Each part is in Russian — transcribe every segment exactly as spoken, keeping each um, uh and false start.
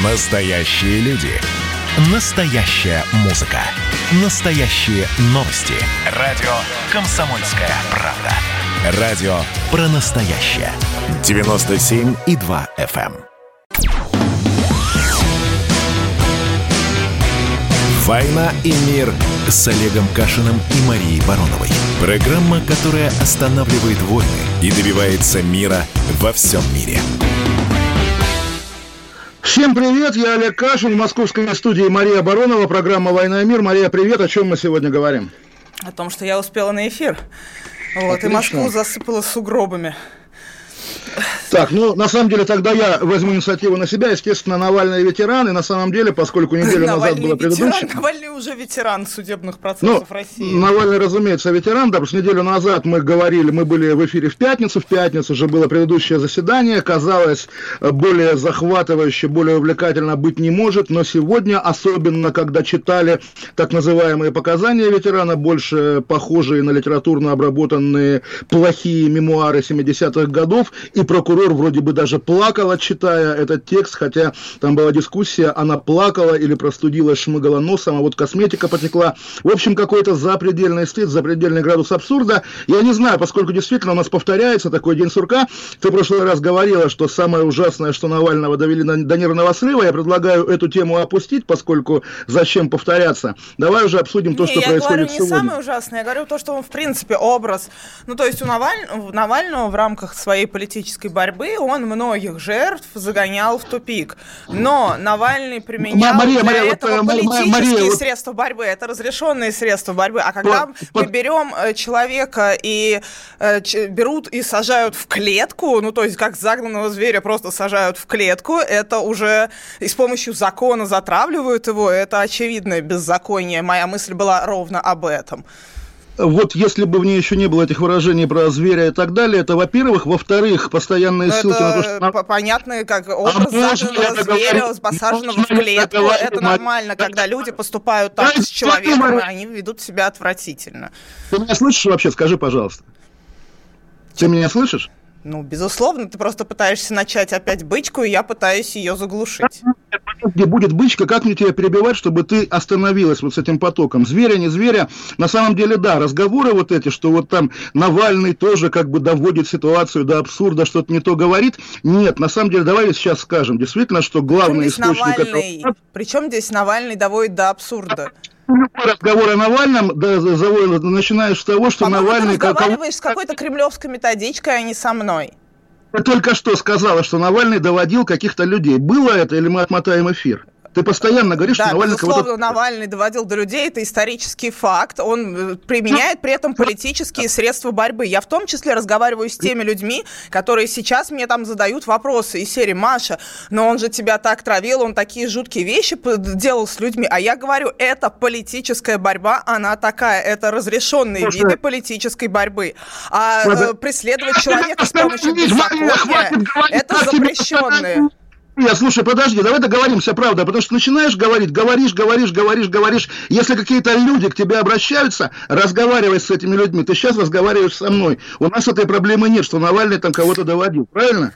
Настоящие люди. Настоящая музыка. Настоящие новости. Радио «Комсомольская правда». Радио про настоящее. девяносто семь и два эф эм. «Война и мир» с Олегом Кашиным и Марией Бароновой. Программа, которая останавливает войны и добивается мира во всем мире. Всем привет, я Олег Кашин, в московской студии Мария Баронова, программа «Война и мир». Мария, привет, о чем мы сегодня говорим? О том, что я успела на эфир, вот, и Москву засыпала сугробами. Так, ну, на самом деле, тогда я возьму инициативу на себя. Естественно, Навальный ветеран, и на самом деле, поскольку неделю назад было предыдущее... Навальный уже ветеран судебных процессов ну, России. Навальный, разумеется, ветеран, да, потому что неделю назад мы говорили, мы были в эфире в пятницу, в пятницу уже было предыдущее заседание, казалось, более захватывающе, более увлекательно быть не может, но сегодня, особенно когда читали так называемые показания ветерана, больше похожие на литературно обработанные плохие мемуары семидесятых годов, и прокурор вроде бы даже плакала, читая этот текст, хотя там была дискуссия, она плакала или простудилась, шмыгала носом, а вот косметика потекла. В общем, какой-то запредельный стыд, запредельный градус абсурда. Я не знаю, поскольку действительно у нас повторяется такой день сурка. Ты в прошлый раз говорила, что самое ужасное, что Навального довели до нервного срыва. Я предлагаю эту тему опустить, поскольку зачем повторяться. Давай уже обсудим то, не, что я происходит говорю, сегодня. Не самое ужасное, я говорю то, что он в принципе образ. Ну, то есть у Навального, Навального в рамках своей политической борьбы он многих жертв загонял в тупик. Но Навальный применял Мария, для Мария, этого вот, политические Мария, вот... средства борьбы. Это разрешенные средства борьбы. А когда по, мы по... берем человека и э, ч, берут и сажают в клетку, ну, то есть как загнанного зверя просто сажают в клетку, это уже и с помощью закона затравливают его, это очевидное беззаконие. Моя мысль была ровно об этом. Вот если бы в ней еще не было этих выражений про зверя и так далее, это, во-первых. Во-вторых, постоянные это ссылки на то, что... понятно, как образ а загнанного зверя, посаженного в клетку. Это нормально, когда люди поступают так с человеком, и они ведут себя отвратительно. Ты меня слышишь вообще? Скажи, пожалуйста. Ты меня слышишь? Ну, безусловно, ты просто пытаешься начать опять бычку, и я пытаюсь ее заглушить. Где будет бычка, как мне тебя перебивать, чтобы ты остановилась вот с этим потоком? Зверя, не зверя. На самом деле, да, разговоры вот эти, что вот там Навальный тоже как бы доводит ситуацию до абсурда, что-то не то говорит. Нет, на самом деле, давай сейчас скажем, действительно, что главный источник... Навальный? Этого... Причем здесь Навальный доводит до абсурда? Разговор о Навальном, да, начинаешь с того, что По-моему, Навальный... ты разговариваешь с какой-то кремлевской методичкой, а не со мной. Я только что сказала, что Навальный доводил каких-то людей. Было это или мы отмотаем эфир? Ты постоянно говоришь, да, что Навальный безусловно, кого-то... Навальный доводил до людей, это исторический факт. Он применяет при этом политические средства борьбы. Я в том числе разговариваю с теми людьми, которые сейчас мне там задают вопросы из серии: Маша, но он же тебя так травил, он такие жуткие вещи делал с людьми. А я говорю, это политическая борьба, она такая, это разрешенные Слушай, виды политической борьбы. А э, преследовать человека с помощью беззакония, это запрещенные. Нет, слушай, подожди, давай договоримся, правда, потому что начинаешь говорить, говоришь, говоришь, говоришь, говоришь. Если какие-то люди к тебе обращаются, разговаривай с этими людьми. Ты сейчас разговариваешь со мной. У нас этой проблемы нет, что Навальный там кого-то доводил, правильно?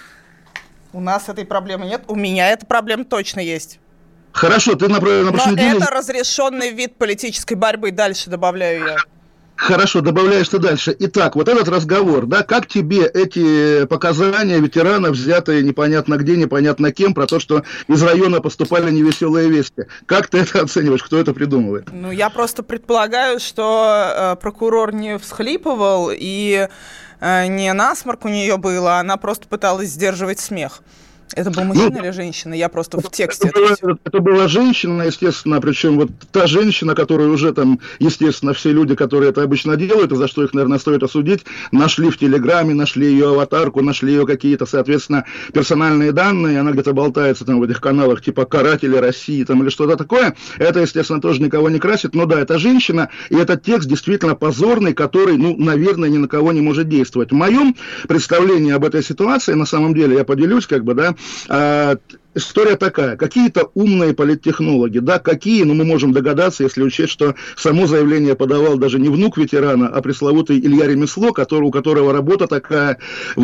У нас этой проблемы нет, у меня эта проблема точно есть. Хорошо, ты на, на прошлой неделе... Но это разрешенный вид политической борьбы, дальше добавляю я. Хорошо, добавляешь ты дальше. Итак, вот этот разговор, да, как тебе эти показания ветеранов, взятые непонятно где, непонятно кем, про то, что из района поступали невеселые вести? Как ты это оцениваешь? Кто это придумывает? Ну, я просто предполагаю, что э, прокурор не всхлипывал и э, не насморк у нее было, она просто пыталась сдерживать смех. Это был мужчина ну, или женщина? Я просто в тексте... Это, это, была, это была женщина, естественно, причем вот та женщина, которая уже там, естественно, все люди, которые это обычно делают, и за что их, наверное, стоит осудить, нашли в Телеграме, нашли ее аватарку, нашли ее какие-то, соответственно, персональные данные, она где-то болтается там в этих каналах, типа «Каратели России» там или что-то такое. Это, естественно, тоже никого не красит, но да, это женщина, и этот текст действительно позорный, который, ну, наверное, ни на кого не может действовать. В моем представлении об этой ситуации, на самом деле, я поделюсь, как бы, да, история такая. Какие-то умные политтехнологи, да, какие, но мы можем догадаться, если учесть, что само заявление подавал даже не внук ветерана, а пресловутый Илья Ремесло, который, у которого работа такая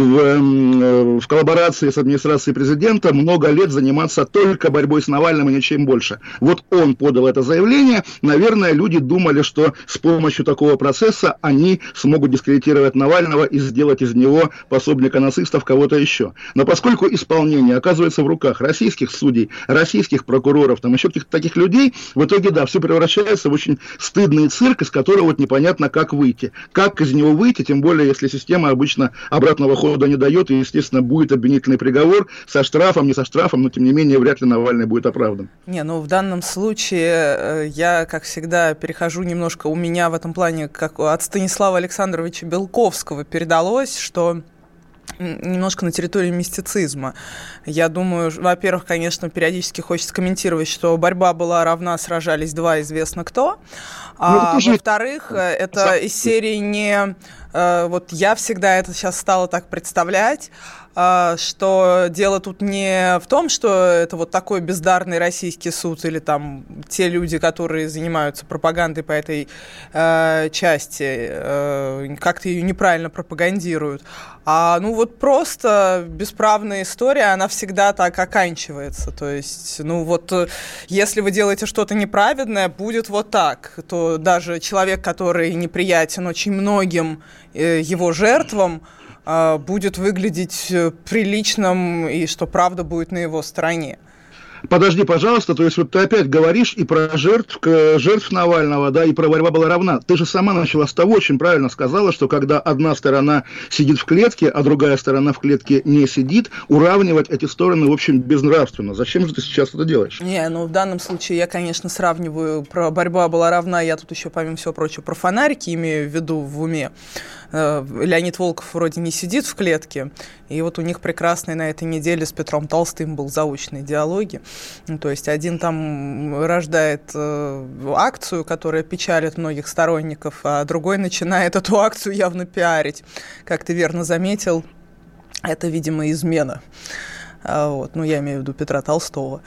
в, в коллаборации с администрацией президента, много лет заниматься только борьбой с Навальным и ничем больше. Вот он подал это заявление. Наверное, люди думали, что с помощью такого процесса они смогут дискредитировать Навального и сделать из него пособника нацистов, кого-то еще. Но поскольку исполнение оказывается в руках российских судей, российских прокуроров, там еще каких-то таких людей, в итоге, да, все превращается в очень стыдный цирк, из которого вот непонятно, как выйти. Как из него выйти, тем более, если система обычно обратного хода не дает, и, естественно, будет обвинительный приговор со штрафом, не со штрафом, но, тем не менее, вряд ли Навальный будет оправдан. Не, ну, в данном случае я, как всегда, перехожу немножко, у меня в этом плане, как от Станислава Александровича Белковского передалось, что немножко на территории мистицизма. Я думаю, во-первых, конечно, периодически хочется комментировать, что борьба была равна, сражались два известно кто. А ну, во-вторых, это из серии не... Вот я всегда это сейчас стала так представлять, что дело тут не в том, что это вот такой бездарный российский суд или там те люди, которые занимаются пропагандой по этой э, части, э, как-то ее неправильно пропагандируют, а ну вот просто бесправная история, она всегда так оканчивается. То есть, ну вот если вы делаете что-то неправедное, будет вот так, то даже человек, который неприятен очень многим э, его жертвам, будет выглядеть приличным, и что правда будет на его стороне. Подожди, пожалуйста, то есть вот ты опять говоришь и про жертв, жертв Навального, да, и про борьба была равна. Ты же сама начала с того, очень правильно сказала, что когда одна сторона сидит в клетке, а другая сторона в клетке не сидит, уравнивать эти стороны, в общем, безнравственно. Зачем же ты сейчас это делаешь? Не, ну в данном случае я, конечно, сравниваю, про борьба была равна, я тут еще, помимо всего прочего, про фонарики имею в виду в уме. Леонид Волков вроде не сидит в клетке, и вот у них прекрасный на этой неделе с Петром Толстым был заочные диалоги. Ну, то есть один там рождает э, акцию, которая печалит многих сторонников, а другой начинает эту акцию явно пиарить. Как ты верно заметил, это, видимо, измена. А, вот, ну, я имею в виду Петра Толстого.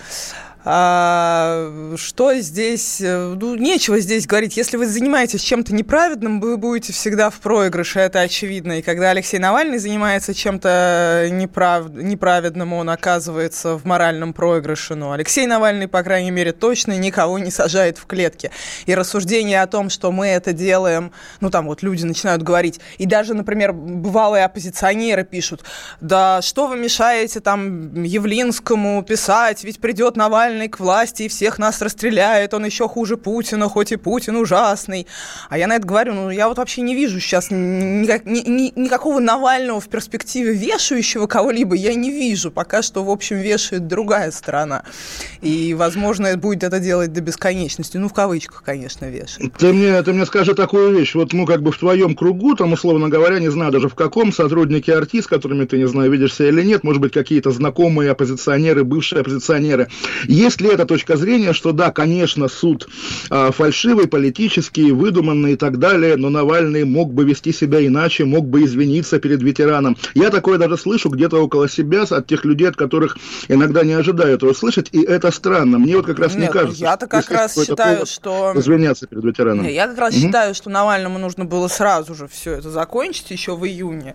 А, что здесь? Ну, нечего здесь говорить. Если вы занимаетесь чем-то неправедным, вы будете всегда в проигрыше, это очевидно. И когда Алексей Навальный занимается чем-то неправ... неправедным, он оказывается в моральном проигрыше. Но Алексей Навальный, по крайней мере, точно никого не сажает в клетке. И рассуждение о том, что мы это делаем, ну, там вот люди начинают говорить, и даже, например, бывалые оппозиционеры пишут, да что вы мешаете там Явлинскому писать, ведь придет Навальный к власти и всех нас расстреляет, он еще хуже Путина, хоть и Путин ужасный. А я на это говорю, ну я вот вообще не вижу сейчас никак, ни, ни, никакого Навального в перспективе вешающего кого-либо, я не вижу. Пока что, в общем, вешает другая сторона. И, возможно, будет это делать до бесконечности. Ну, в кавычках, конечно, вешает. Ты мне, ты мне скажи такую вещь. Вот, ну, как бы в твоем кругу, там, условно говоря, не знаю даже в каком, сотрудники АРТИ, с которыми ты, не знаю, видишься или нет, может быть, какие-то знакомые оппозиционеры, бывшие оппозиционеры. Есть ли эта точка зрения, что да, конечно, суд а, фальшивый, политический, выдуманный и так далее, но Навальный мог бы вести себя иначе, мог бы извиниться перед ветераном. Я такое даже слышу где-то около себя от тех людей, от которых иногда не ожидаю этого слышать, и это странно. Мне вот как раз Нет, не кажется. Я-то как раз считаю, что... Извиняться перед ветераном. Нет, я как раз угу. считаю, что Навальному нужно было сразу же все это закончить, еще в июне,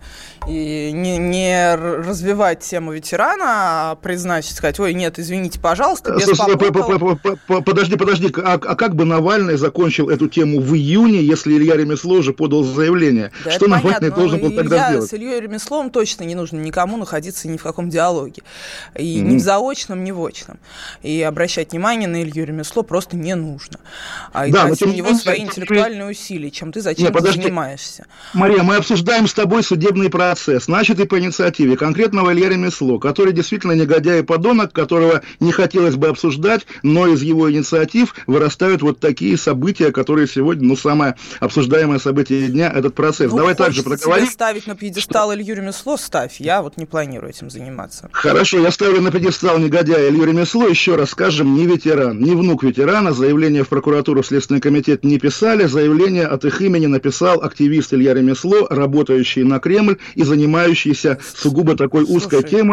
и не, не развивать тему ветерана, а признать, сказать, ой, нет, извините, пожалуйста, без попутал. Подожди, подожди, а, а как бы Навальный закончил эту тему в июне, если Илья Ремесло уже подал заявление? Да, что Навальный понятно, должен был Илья тогда сделать? С Ильей Ремеслом точно не нужно никому находиться ни в каком диалоге. И mm-hmm. ни в заочном, ни в очном. И обращать внимание на Илью Ремесло просто не нужно. А и да, тратить на него не... свои интеллектуальные усилия, чем ты зачем ты занимаешься. Мария, мы обсуждаем с тобой судебный процесс, начатый по инициативе конкретного Илья Ремесло, который действительно негодяй и подонок, которого не хотелось бы обсуждать, но из его инициатив вырастают вот такие события, которые сегодня, ну, самое обсуждаемое событие дня, этот процесс. Ну, давай также проговорим. Ставить на пьедестал что... Илью Ремесло, ставь. Я вот не планирую этим заниматься. Хорошо, я ставлю на пьедестал негодяя Илью Ремесло. Еще раз скажем, не ветеран, не внук ветерана. Заявление в прокуратуру, в Следственный комитет не писали. Заявление от их имени написал активист Илья Ремесло, работающий на Кремль и занимающийся сугубо такой узкой Слушай. темой.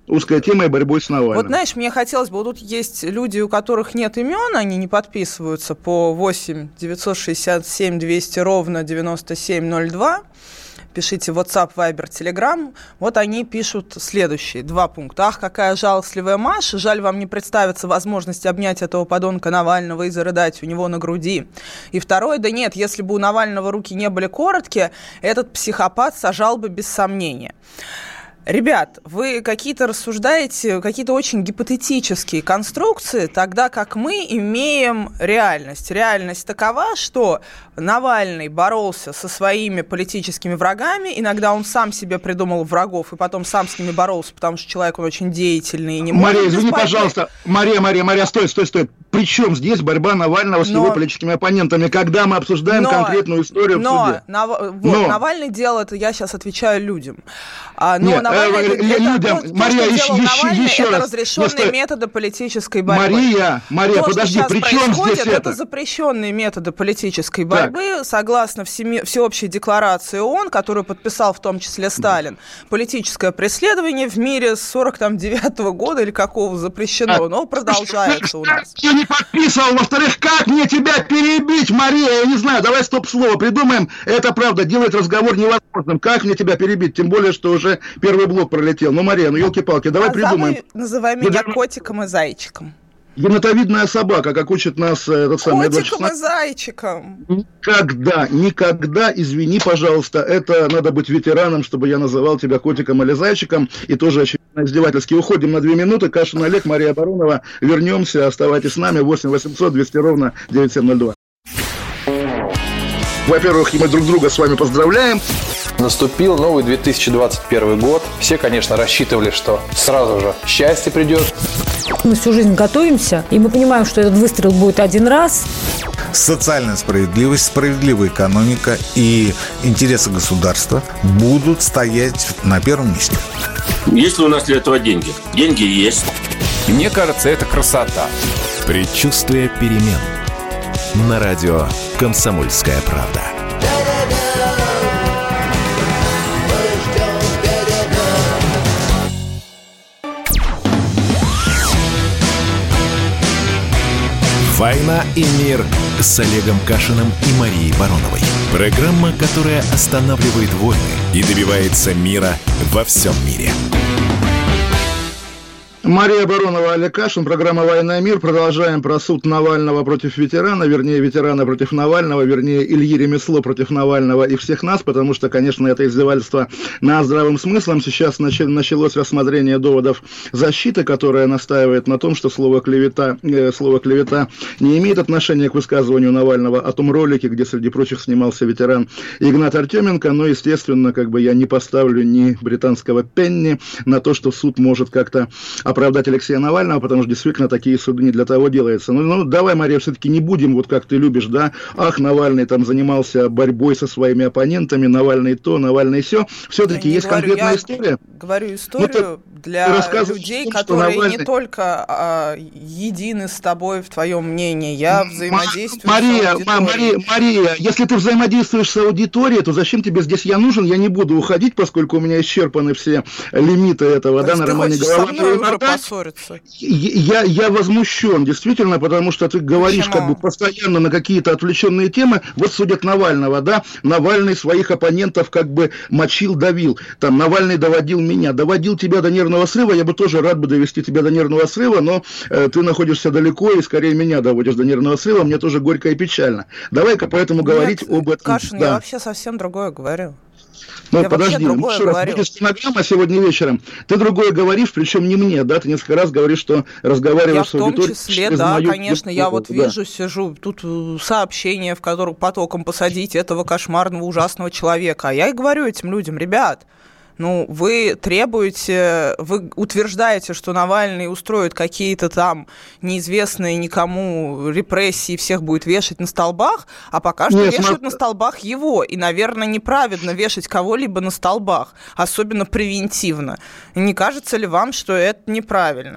узкой темой борьбой с Навальным. Вот знаешь, мне хотелось бы, вот тут есть люди, у которых нет имен, они не подписываются по восемь девятьсот шестьдесят семь двести ровно девяносто семь ноль два. Пишите WhatsApp, Viber, Telegram. Вот они пишут следующие два пункта. Ах, какая жалостливая Маша. Жаль, вам не представится возможность обнять этого подонка Навального и зарыдать у него на груди. И второе, да нет, если бы у Навального руки не были короткие, этот психопат сажал бы без сомнения. Ребят, вы какие-то рассуждаете, какие-то очень гипотетические конструкции, тогда как мы имеем реальность. Реальность такова, что Навальный боролся со своими политическими врагами, иногда он сам себе придумал врагов и потом сам с ними боролся, потому что человек он очень деятельный и не может. Мария, извини, пожалуйста, Мария, Мария, Мария, стой, стой, стой. При чем здесь борьба Навального с но, его политическими оппонентами, когда мы обсуждаем но, конкретную историю но, в суде? Нав... Вот, но Навальный делал это, я сейчас отвечаю людям. А, но Нет, Навальный, э, это, людям, то, Мария, то, что еще, делал Навальный, еще это раз. разрешенные Просто... методы политической борьбы. Мария, Мария, то, подожди, при чем здесь это? Это запрещенные методы политической борьбы, так. Согласно всеми... всеобщей декларации ООН, которую подписал в том числе Сталин. Политическое преследование в мире с сорок девятого года или какого запрещено, а, но продолжается у нас. Я не подписывал. Во-вторых, как мне тебя перебить, Мария? Я не знаю, давай стоп-слово придумаем. Это правда, делает разговор невозможным. Как мне тебя перебить? Тем более, что уже первый блок пролетел. Ну, Мария, ну, елки-палки, давай а придумаем. Называй меня котиком и зайчиком. Енотовидная собака, как учит нас этот самый... Котиком и зайчиком. Никогда, никогда, извини, пожалуйста, это надо быть ветераном, чтобы я называл тебя котиком или зайчиком, и тоже очевидно издевательски. Уходим на две минуты. Кашин Олег, Мария Баронова. Вернемся, оставайтесь с нами. восемь восемьсот двести ровно девяносто семь ноль два. Во-первых, мы друг друга с вами поздравляем. Наступил новый две тысячи двадцать первый год. Все, конечно, рассчитывали, что сразу же счастье придет. Мы всю жизнь готовимся, и мы понимаем, что этот выстрел будет один раз. Социальная справедливость, справедливая экономика и интересы государства будут стоять на первом месте. Есть ли у нас для этого деньги? Деньги есть. Мне кажется, это красота. Предчувствие перемен. На радио «Комсомольская правда». «Война и мир» с Олегом Кашиным и Марией Бароновой. Программа, которая останавливает войны и добивается мира во всем мире. Мария Баронова, Олег Кашин, программа «Война и мир». Продолжаем про суд Навального против ветерана, вернее, ветерана против Навального, вернее, Ильи Ремесло против Навального и всех нас, потому что, конечно, это издевательство над здравым смыслом. Сейчас началось рассмотрение доводов защиты, которая настаивает на том, что слово «клевета», э, слово «клевета» не имеет отношения к высказыванию Навального о том ролике, где, среди прочих, снимался ветеран Игнат Артеменко. Но, естественно, как бы я не поставлю ни британского пенни на то, что суд может как-то оправдать Алексея Навального, потому что действительно такие суды не для того делаются. Ну, ну давай, Мария, все-таки не будем, вот как ты любишь, да, ах, Навальный там занимался борьбой со своими оппонентами, Навальный то, Навальный сё. Все-таки есть говорю, конкретная история. Говорю историю ну, для людей, том, которые Навальный... не только а, едины с тобой в твоем мнении. Я взаимодействую Мария, с аудиторией. Мария, Мария, если ты взаимодействуешь с аудиторией, то зачем тебе здесь я нужен? Я не буду уходить, поскольку у меня исчерпаны все лимиты этого, то да, на романе Голованова. Я, я возмущен, действительно, потому что ты говоришь Почему? как бы постоянно на какие-то отвлеченные темы. Вот судят Навального, да, Навальный своих оппонентов как бы мочил, давил. Там Навальный доводил меня, доводил тебя до нервного срыва, я бы тоже рад бы довести тебя до нервного срыва, но э, ты находишься далеко и скорее меня доводишь до нервного срыва, мне тоже горько и печально. Давай-ка поэтому Нет, говорить об этом. Кашин, да. Я вообще совсем другое говорю. Ну, я подожди, ну, еще раз, будет стенограмма сегодня вечером. Ты другое говоришь, причем не мне, да? Ты несколько раз говоришь, что разговариваешь с аудиторией. Я в том числе, да, конечно. Я вот да. вижу, сижу, тут сообщения, в которых потоком посадить этого кошмарного, ужасного человека. А я и говорю этим людям, ребят, ну, вы требуете, вы утверждаете, что Навальный устроит какие-то там неизвестные никому репрессии, всех будет вешать на столбах, а пока что Нет, вешают но... на столбах его. И, наверное, неправильно вешать кого-либо на столбах, особенно превентивно. Не кажется ли вам, что это неправильно?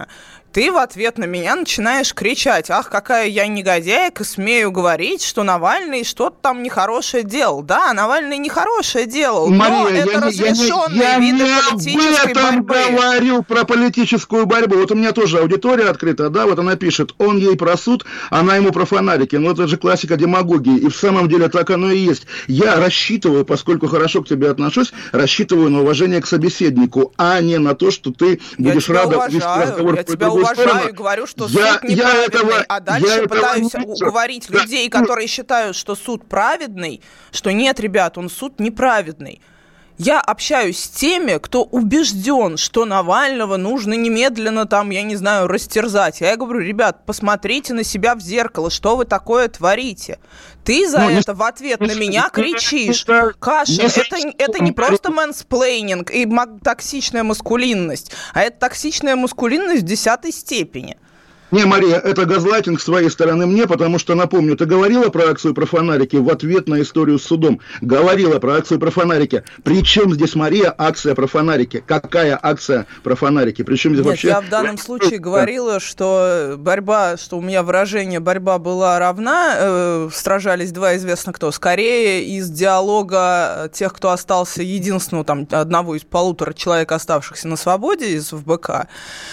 ты в ответ на меня начинаешь кричать: ах, какая я негодяйка, смею говорить, что Навальный что-то там нехорошее делал. Да, Навальный нехорошее делал, Мария, но это я разрешенные не, виды я политической не борьбы. Я говорю про политическую борьбу. Вот у меня тоже аудитория открыта, да, вот она пишет: он ей про суд, она ему про фонарики. Ну, это же классика демагогии, и в самом деле так оно и есть. Я рассчитываю, поскольку хорошо к тебе отношусь, рассчитываю на уважение к собеседнику, а не на то, что ты будешь рада вести разговор. Я тебя уважаю и говорю, что я, суд неправедный, этого, а дальше пытаюсь уговорить да. людей, которые считают, что суд праведный, что нет, ребят, он суд неправедный. Я общаюсь с теми, кто убежден, что Навального нужно немедленно там, я не знаю, растерзать. Я говорю: ребят, посмотрите на себя в зеркало, что вы такое творите. Ты за ну, это не, в ответ не, на меня не, кричишь. Кашин, не, это, это не просто мэнсплейнинг и токсичная маскулинность, а это токсичная маскулинность в десятой степени. Не, Мария, это газлайтинг с своей стороны мне, потому что, напомню, ты говорила про акцию про фонарики в ответ на историю с судом. Говорила про акцию про фонарики. Причем здесь, Мария, акция про фонарики? Какая акция про фонарики? Причем здесь Нет, вообще... я в данном случае говорила, что борьба, что у меня выражение «борьба была равна», э, сражались два известно кто, скорее из диалога тех, кто остался единственного, там, одного из полутора человек, оставшихся на свободе из ФБК.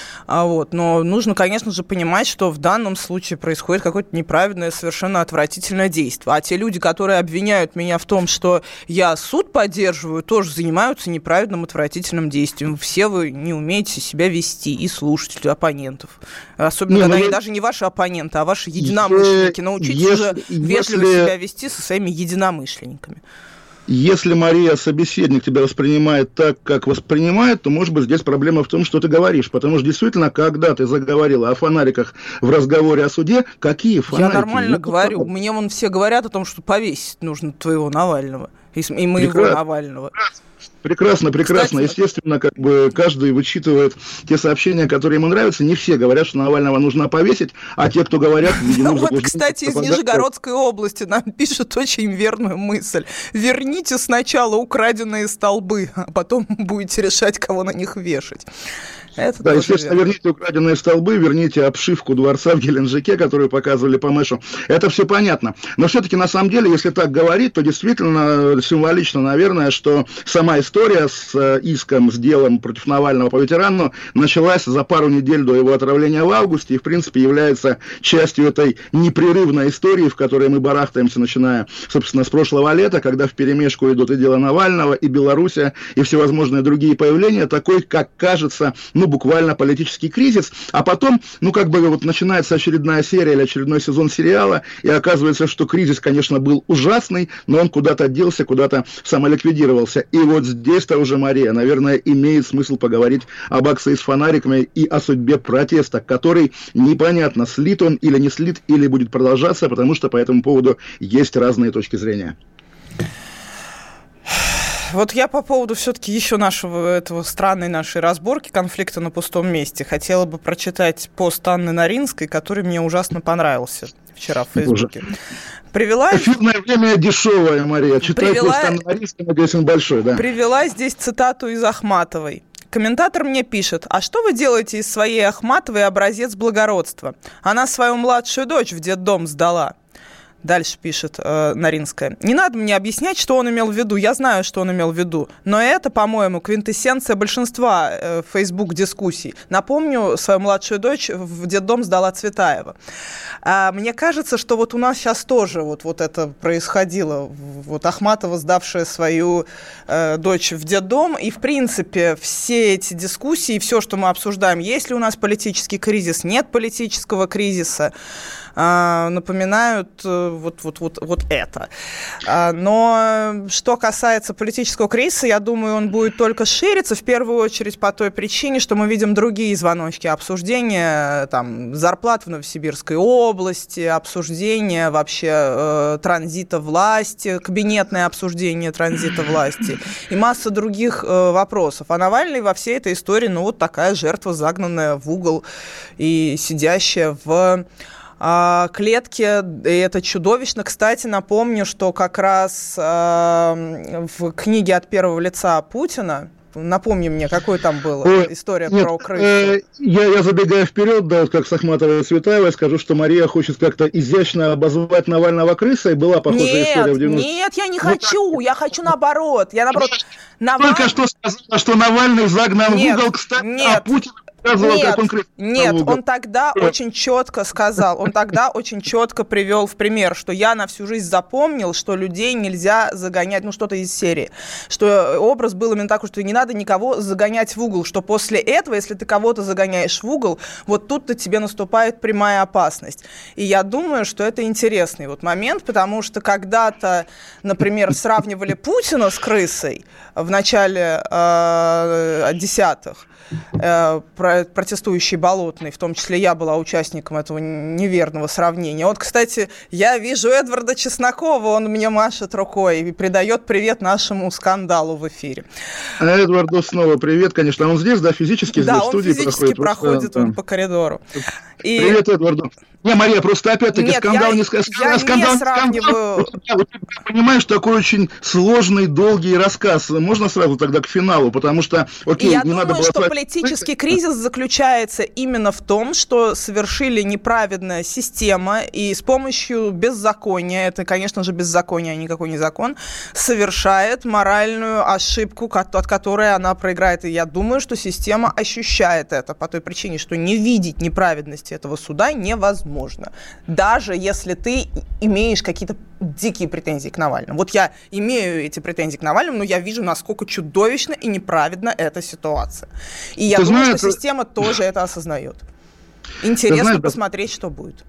А вот, но нужно, конечно же, понимать, что в данном случае происходит какое-то неправедное, совершенно отвратительное действие. А те люди, которые обвиняют меня в том, что я суд поддерживаю, тоже занимаются неправедным, отвратительным действием. Все вы не умеете себя вести и слушать оппонентов. Особенно, не, когда они я... даже не ваши оппоненты, а ваши единомышленники. Научитесь если, уже вежливо если... себя вести со своими единомышленниками. Если, Мария, собеседник тебя воспринимает так, как воспринимает, то, может быть, здесь проблема в том, что ты говоришь. Потому что, действительно, когда ты заговорила о фонариках в разговоре о суде, какие фонарики? Я нормально ну, говорю. Как... Мне вон все говорят о том, что повесить нужно твоего Навального и, и моего Прекрасно. Навального. Прекрасно, прекрасно. Кстати, естественно, как бы каждый вычитывает те сообщения, которые ему нравятся. Не все говорят, что Навального нужно повесить, а те, кто говорят... Ну вот, кстати, из Нижегородской области нам пишут очень верную мысль. Верните сначала украденные столбы, а потом будете решать, кого на них вешать. Это да, естественно, верно. Верните украденные столбы, верните обшивку дворца в Геленджике, которую показывали по Мэшу. Это все понятно. Но все-таки, на самом деле, если так говорить, то действительно символично, наверное, что сама история с иском, с делом против Навального по ветерану началась за пару недель до его отравления в августе и, в принципе, является частью этой непрерывной истории, в которой мы барахтаемся, начиная, собственно, с прошлого лета, когда вперемешку идут и дело Навального, и Белоруссия, и всевозможные другие появления, такой, как кажется, ну, буквально политический кризис, а потом, ну, как бы вот начинается очередная серия или очередной сезон сериала, и оказывается, что кризис, конечно, был ужасный, но он куда-то делся, куда-то самоликвидировался. И вот здесь-то уже, Мария, наверное, имеет смысл поговорить об акции с фонариками и о судьбе протеста, который непонятно, слит он или не слит, или будет продолжаться, потому что по этому поводу есть разные точки зрения. Вот я по поводу все-таки еще нашего, этого странной нашей разборки конфликта на пустом месте хотела бы прочитать пост Анны Наринской, который мне ужасно понравился вчера в Фейсбуке. Привела... Эфирное время дешевое, Мария. Читай Привела... пост Анны Наринской, надеюсь, он большой, да. Привела здесь цитату из Ахматовой. Комментатор мне пишет: а что вы делаете из своей Ахматовой образец благородства? Она свою младшую дочь в детдом сдала. Дальше пишет э, Наринская. Не надо мне объяснять, что он имел в виду. Я знаю, что он имел в виду. Но это, по-моему, квинтэссенция большинства э, Facebook-дискуссий. Напомню, свою младшую дочь в детдом сдала Цветаева. А, мне кажется, что вот у нас сейчас тоже вот, вот это происходило. Вот Ахматова, сдавшая свою э, дочь в детдом. И, в принципе, все эти дискуссии, все, что мы обсуждаем, есть ли у нас политический кризис, нет политического кризиса, напоминают вот, вот, вот, вот это. Но что касается политического кризиса, я думаю, он будет только шириться, в первую очередь по той причине, что мы видим другие звоночки обсуждения там, зарплат в Новосибирской области, обсуждения вообще э, транзита власти, кабинетное обсуждение транзита власти и масса других э, вопросов. А Навальный во всей этой истории, ну, вот такая жертва, загнанная в угол и сидящая в клетки, и это чудовищно. Кстати, напомню, что как раз э, в книге «От первого лица Путина», Напомни мне, какой там была Ой, история нет, про крысу. Э, я, я забегаю вперед, да, вот как с Ахматовой и Цветаевой, скажу, что Мария хочет как-то изящно обозвать Навального крысой. Была похожая нет, история в девяностых. Нет, я не хочу, ну, я хочу наоборот. Я наоборот. Наваль... Только что сказала, что Навальный загнан нет, в угол, кстати, нет. а Путин... Нет, он, нет он тогда Нет. очень четко сказал, он тогда очень четко привел в пример, что я на всю жизнь запомнил, что людей нельзя загонять, ну что-то из серии, что образ был именно такой, что не надо никого загонять в угол, что после этого, если ты кого-то загоняешь в угол, вот тут-то тебе наступает прямая опасность. И я думаю, что это интересный вот момент, потому что когда-то, например, сравнивали Путина с крысой в начале э, десятых, э, протестующий Болотный, в том числе я была участником этого неверного сравнения. Вот, кстати, я вижу Эдварда Чеснокова, он мне машет рукой и передает привет нашему скандалу в эфире. А Эдварду снова привет, конечно. Он здесь, да, физически да, здесь в студии проходит? Да, он физически проходит, он по коридору. И... Привет, Эдварду. Не, Мария, просто опять-таки Нет, скандал я, не сказал. Я скандал, не сравниваю... скандал. Ты понимаешь, такой очень сложный, долгий рассказ. Можно сразу тогда к финалу, потому что... Окей, я не думаю, надо было что сказать... политический кризис заключается именно в том, что совершили неправедная система, и с помощью беззакония, это, конечно же, беззаконие, а никакой не закон, совершает моральную ошибку, от которой она проиграет. И я думаю, что система ощущает это по той причине, что не видеть неправедности этого суда невозможно. Можно. Даже если ты имеешь какие-то дикие претензии к Навальному. Вот я имею эти претензии к Навальному, но я вижу, насколько чудовищна и неправедна эта ситуация. И я ты думаю, знаешь, что система тоже это осознает. Интересно знаешь, посмотреть, что будет.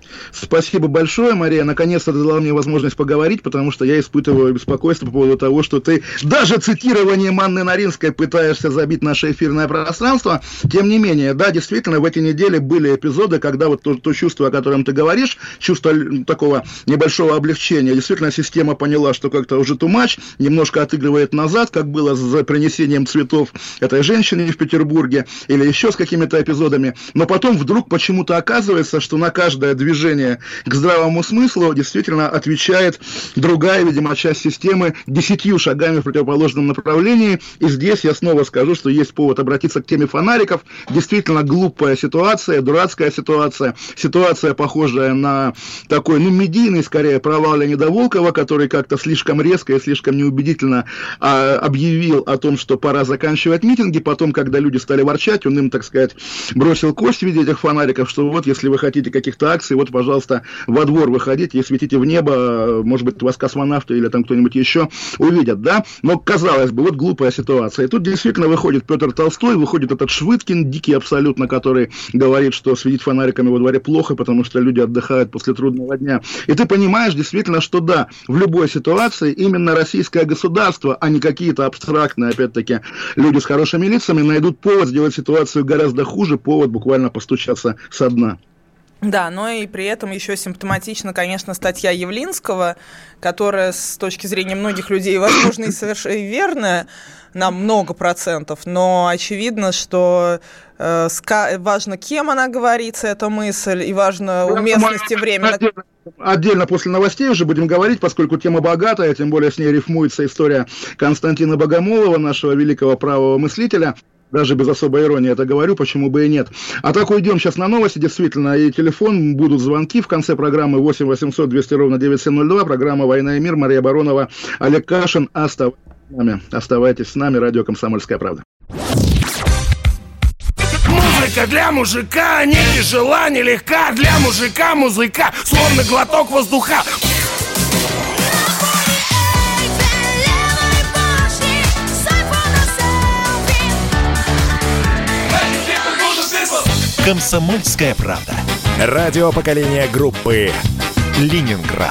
Спасибо большое, Мария. Наконец-то ты дала мне возможность поговорить, потому что я испытываю беспокойство по поводу того, что ты даже цитированием Анны Наринской пытаешься забить наше эфирное пространство. Тем не менее, да, действительно, в эти недели были эпизоды, когда вот то, то чувство, о котором ты говоришь, чувство такого небольшого облегчения, действительно система поняла, что как-то уже too much, немножко отыгрывает назад, как было с принесением цветов этой женщине в Петербурге, или еще с какими-то эпизодами. Но потом вдруг почему-то оказывается, что на каждое движение к здравому смыслу действительно отвечает другая, видимо, часть системы десятью шагами в противоположном направлении. И здесь я снова скажу, что есть повод обратиться к теме фонариков. Действительно глупая ситуация, дурацкая ситуация. Ситуация, похожая на такой, ну, медийный, скорее, провал Леонида Волкова, который как-то слишком резко и слишком неубедительно а, объявил о том, что пора заканчивать митинги. Потом, когда люди стали ворчать, он им, так сказать, бросил кость в виде этих фонариков, что вот, если вы хотите каких-то акций, вот, пожалуйста, во двор выходите и светите в небо, может быть, вас космонавты или там кто-нибудь еще увидят, да? Но, казалось бы, вот глупая ситуация. И тут действительно выходит Петр Толстой, выходит этот Швыдкин, дикий абсолютно, который говорит, что светить фонариками во дворе плохо, потому что люди отдыхают после трудного дня. И ты понимаешь действительно, что да, в любой ситуации именно российское государство, а не какие-то абстрактные, опять-таки, люди с хорошими лицами найдут повод сделать ситуацию гораздо хуже, повод буквально постучаться со дна. Да, но и при этом еще симптоматична, конечно, статья Явлинского, которая с точки зрения многих людей, возможно, и совершенно верная на много процентов, но очевидно, что э, ска- важно, кем она говорится, эта мысль, и важно уместность и время. Отдельно, отдельно после новостей уже будем говорить, поскольку тема богатая, тем более с ней рифмуется история Константина Богомолова, нашего великого правого мыслителя. Даже без особой иронии это говорю, почему бы и нет. А так уйдем сейчас на новости, действительно, и телефон, будут звонки в конце программы восемь восемьсот двести ровно девять семь ноль два, программа «Война и мир», Мария Баронова, Олег Кашин. Оставайтесь с нами, оставайтесь с нами, радио «Комсомольская правда». Музыка для мужика не тяжела, не легка, для мужика музыка, словно глоток воздуха. «Комсомольская правда». Радио поколения группы «Ленинград».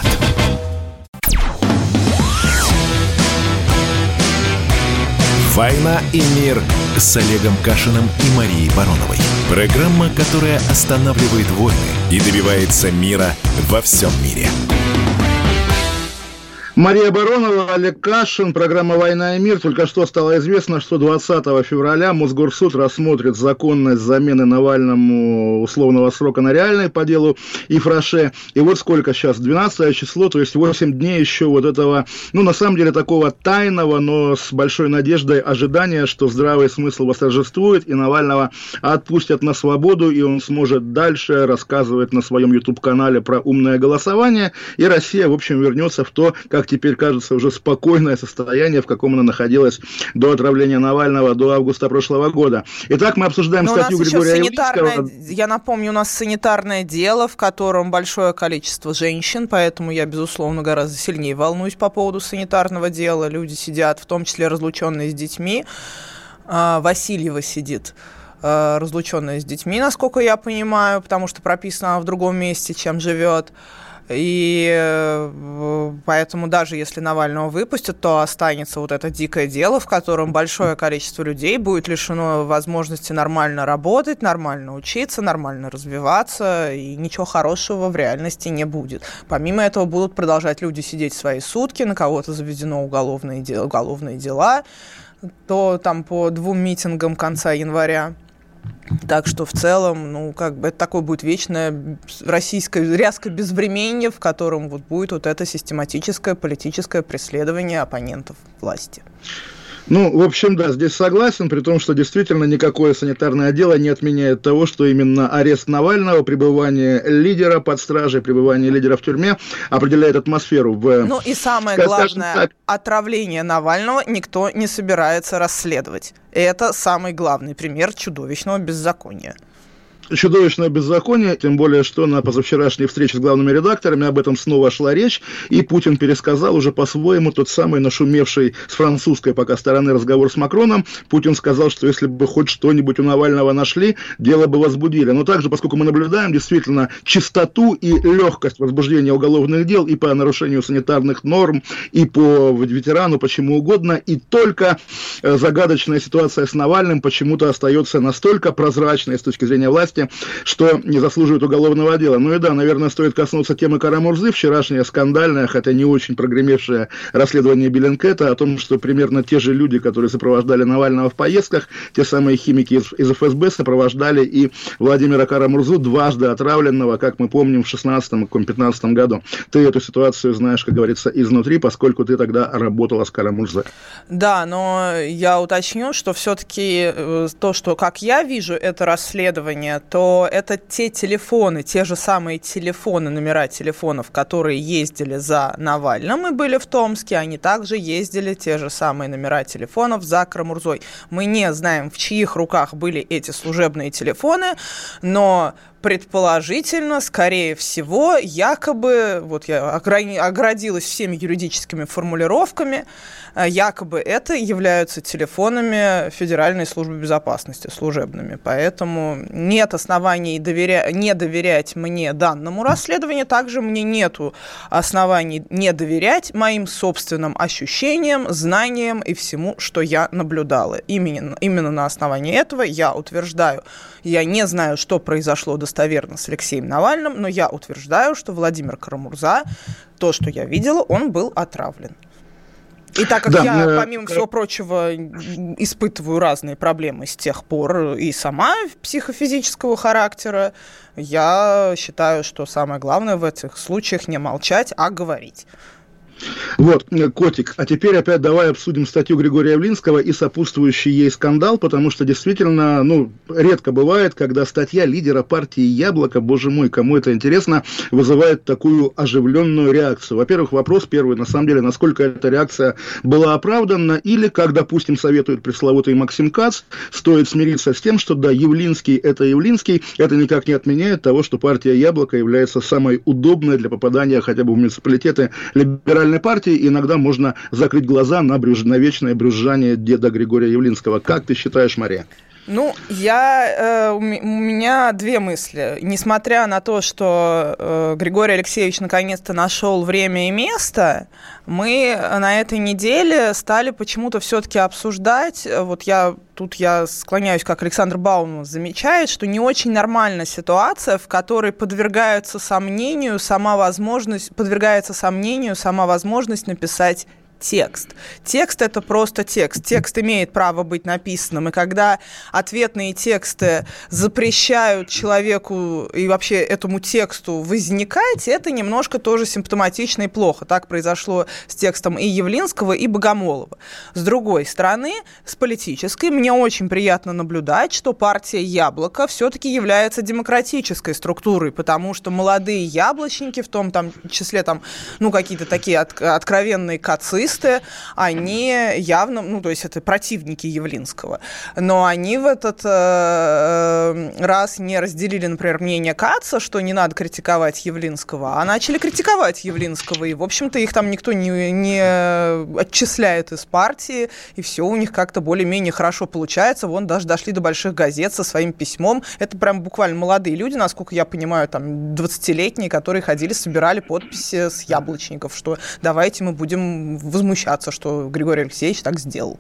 «Война и мир» с Олегом Кашиным и Марией Бароновой. Программа, которая останавливает войны и добивается мира во всем мире. Мария Баронова, Олег Кашин, программа «Война и мир». Только что стало известно, что двадцатого февраля Мосгорсуд рассмотрит законность замены Навальному условного срока на реальный по делу Ифраше. И вот сколько сейчас, двенадцатое число, то есть восемь дней еще вот этого, ну, на самом деле, такого тайного, но с большой надеждой ожидания, что здравый смысл восторжествует, и Навального отпустят на свободу, и он сможет дальше рассказывать на своем YouTube-канале про умное голосование, и Россия, в общем, вернется в то, как теперь кажется, уже спокойное состояние, в каком она находилась до отравления Навального, до августа прошлого года. Итак, мы обсуждаем Но статью Григория Явлинского. Я напомню, у нас санитарное дело, в котором большое количество женщин, поэтому я, безусловно, гораздо сильнее волнуюсь по поводу санитарного дела. Люди сидят, в том числе разлученные с детьми. Васильева сидит, разлученная с детьми, насколько я понимаю, потому что прописана она в другом месте, чем живет. И поэтому даже если Навального выпустят, то останется вот это дикое дело, в котором большое количество людей будет лишено возможности нормально работать, нормально учиться, нормально развиваться, и ничего хорошего в реальности не будет. Помимо этого будут продолжать люди сидеть свои сутки, на кого-то заведено уголовные дела, уголовные дела, то там по двум митингам конца января. Так что в целом, ну, как бы это такое будет вечное российское рязко безвременье, в котором вот будет вот это систематическое политическое преследование оппонентов власти. Ну, в общем, да, здесь согласен, при том, что действительно никакое санитарное дело не отменяет того, что именно арест Навального, пребывание лидера под стражей, пребывание лидера в тюрьме определяет атмосферу в... Ну и самое главное, отравление Навального никто не собирается расследовать. Это самый главный пример чудовищного беззакония. Чудовищное беззаконие, тем более, что на позавчерашней встрече с главными редакторами об этом снова шла речь, и Путин пересказал уже по-своему тот самый нашумевший с французской пока стороны разговор с Макроном. Путин сказал, что если бы хоть что-нибудь у Навального нашли, дело бы возбудили. Но также, поскольку мы наблюдаем действительно чистоту и легкость возбуждения уголовных дел и по нарушению санитарных норм, и по ветерану, почему угодно, и только загадочная ситуация с Навальным почему-то остается настолько прозрачной с точки зрения власти, что не заслуживает уголовного дела. Ну и да, наверное, стоит коснуться темы Кара-Мурзы, вчерашнее скандальное, хотя не очень прогремевшее расследование Беллинкета о том, что примерно те же люди, которые сопровождали Навального в поездках, те самые химики из, из эф эс бэ сопровождали и Владимира Кара-Мурзу, дважды отравленного, как мы помним, в шестнадцатом и пятнадцатом году. Ты эту ситуацию знаешь, как говорится, изнутри, поскольку ты тогда работала с Кара-Мурзой. Да, но я уточню, что все-таки то, что, как я вижу это расследование, то это те телефоны, те же самые телефоны, номера телефонов, которые ездили за Навальным и были в Томске, они также ездили те же самые номера телефонов за Кара-Мурзой. Мы не знаем, в чьих руках были эти служебные телефоны, но предположительно, скорее всего, якобы, вот я оградилась всеми юридическими формулировками, якобы это являются телефонами Федеральной службы безопасности, служебными. Поэтому нет оснований доверя... не доверять мне данному расследованию, также мне нету оснований не доверять моим собственным ощущениям, знаниям и всему, что я наблюдала. Именно, именно на основании этого я утверждаю, я не знаю, что произошло достоверно с Алексеем Навальным, но я утверждаю, что Владимир Кара-Мурза, то, что я видела, он был отравлен. И так как да, я, э, помимо э... всего прочего, испытываю разные проблемы с тех пор и сама психофизического характера, я считаю, что самое главное в этих случаях не молчать, а говорить. Вот, котик, а теперь опять давай обсудим статью Григория Явлинского и сопутствующий ей скандал, потому что действительно, ну, редко бывает, когда статья лидера партии «Яблоко», боже мой, кому это интересно, вызывает такую оживленную реакцию. Во-первых, вопрос первый, на самом деле, насколько эта реакция была оправдана, или, как, допустим, советует пресловутый Максим Кац, стоит смириться с тем, что, да, Явлинский – это Явлинский, это никак не отменяет того, что партия «Яблоко» является самой удобной для попадания хотя бы в муниципалитеты либеральной партии, иногда можно закрыть глаза на, брюж... на вечное брюзжание деда Григория Явлинского. Как ты считаешь, Мария? Ну, я, э, у меня две мысли. Несмотря на то, что э, Григорий Алексеевич наконец-то нашел время и место, мы на этой неделе стали почему-то все-таки обсуждать, вот я тут я склоняюсь, как Александр Бауман замечает, что не очень нормальная ситуация, в которой подвергаются сомнению сама возможность, подвергается сомнению сама возможность написать текст. Текст – это просто текст. Текст имеет право быть написанным. И когда ответные тексты запрещают человеку и вообще этому тексту возникать, это немножко тоже симптоматично и плохо. Так произошло с текстом и Явлинского, и Богомолова. С другой стороны, с политической, мне очень приятно наблюдать, что партия «Яблоко» все-таки является демократической структурой, потому что молодые яблочники, в том там, числе там, ну, какие-то такие от, откровенные кацы, они явно, ну, то есть это противники Явлинского, но они в этот э, раз не разделили, например, мнение Каца, что не надо критиковать Явлинского, а начали критиковать Явлинского, и, в общем-то, их там никто не, не отчисляет из партии, и все у них как-то более-менее хорошо получается, вон даже дошли до больших газет со своим письмом, это прям буквально молодые люди, насколько я понимаю, там, двадцатилетние, которые ходили, собирали подписи с яблочников, что давайте мы будем возмущаться, что Григорий Алексеевич так сделал.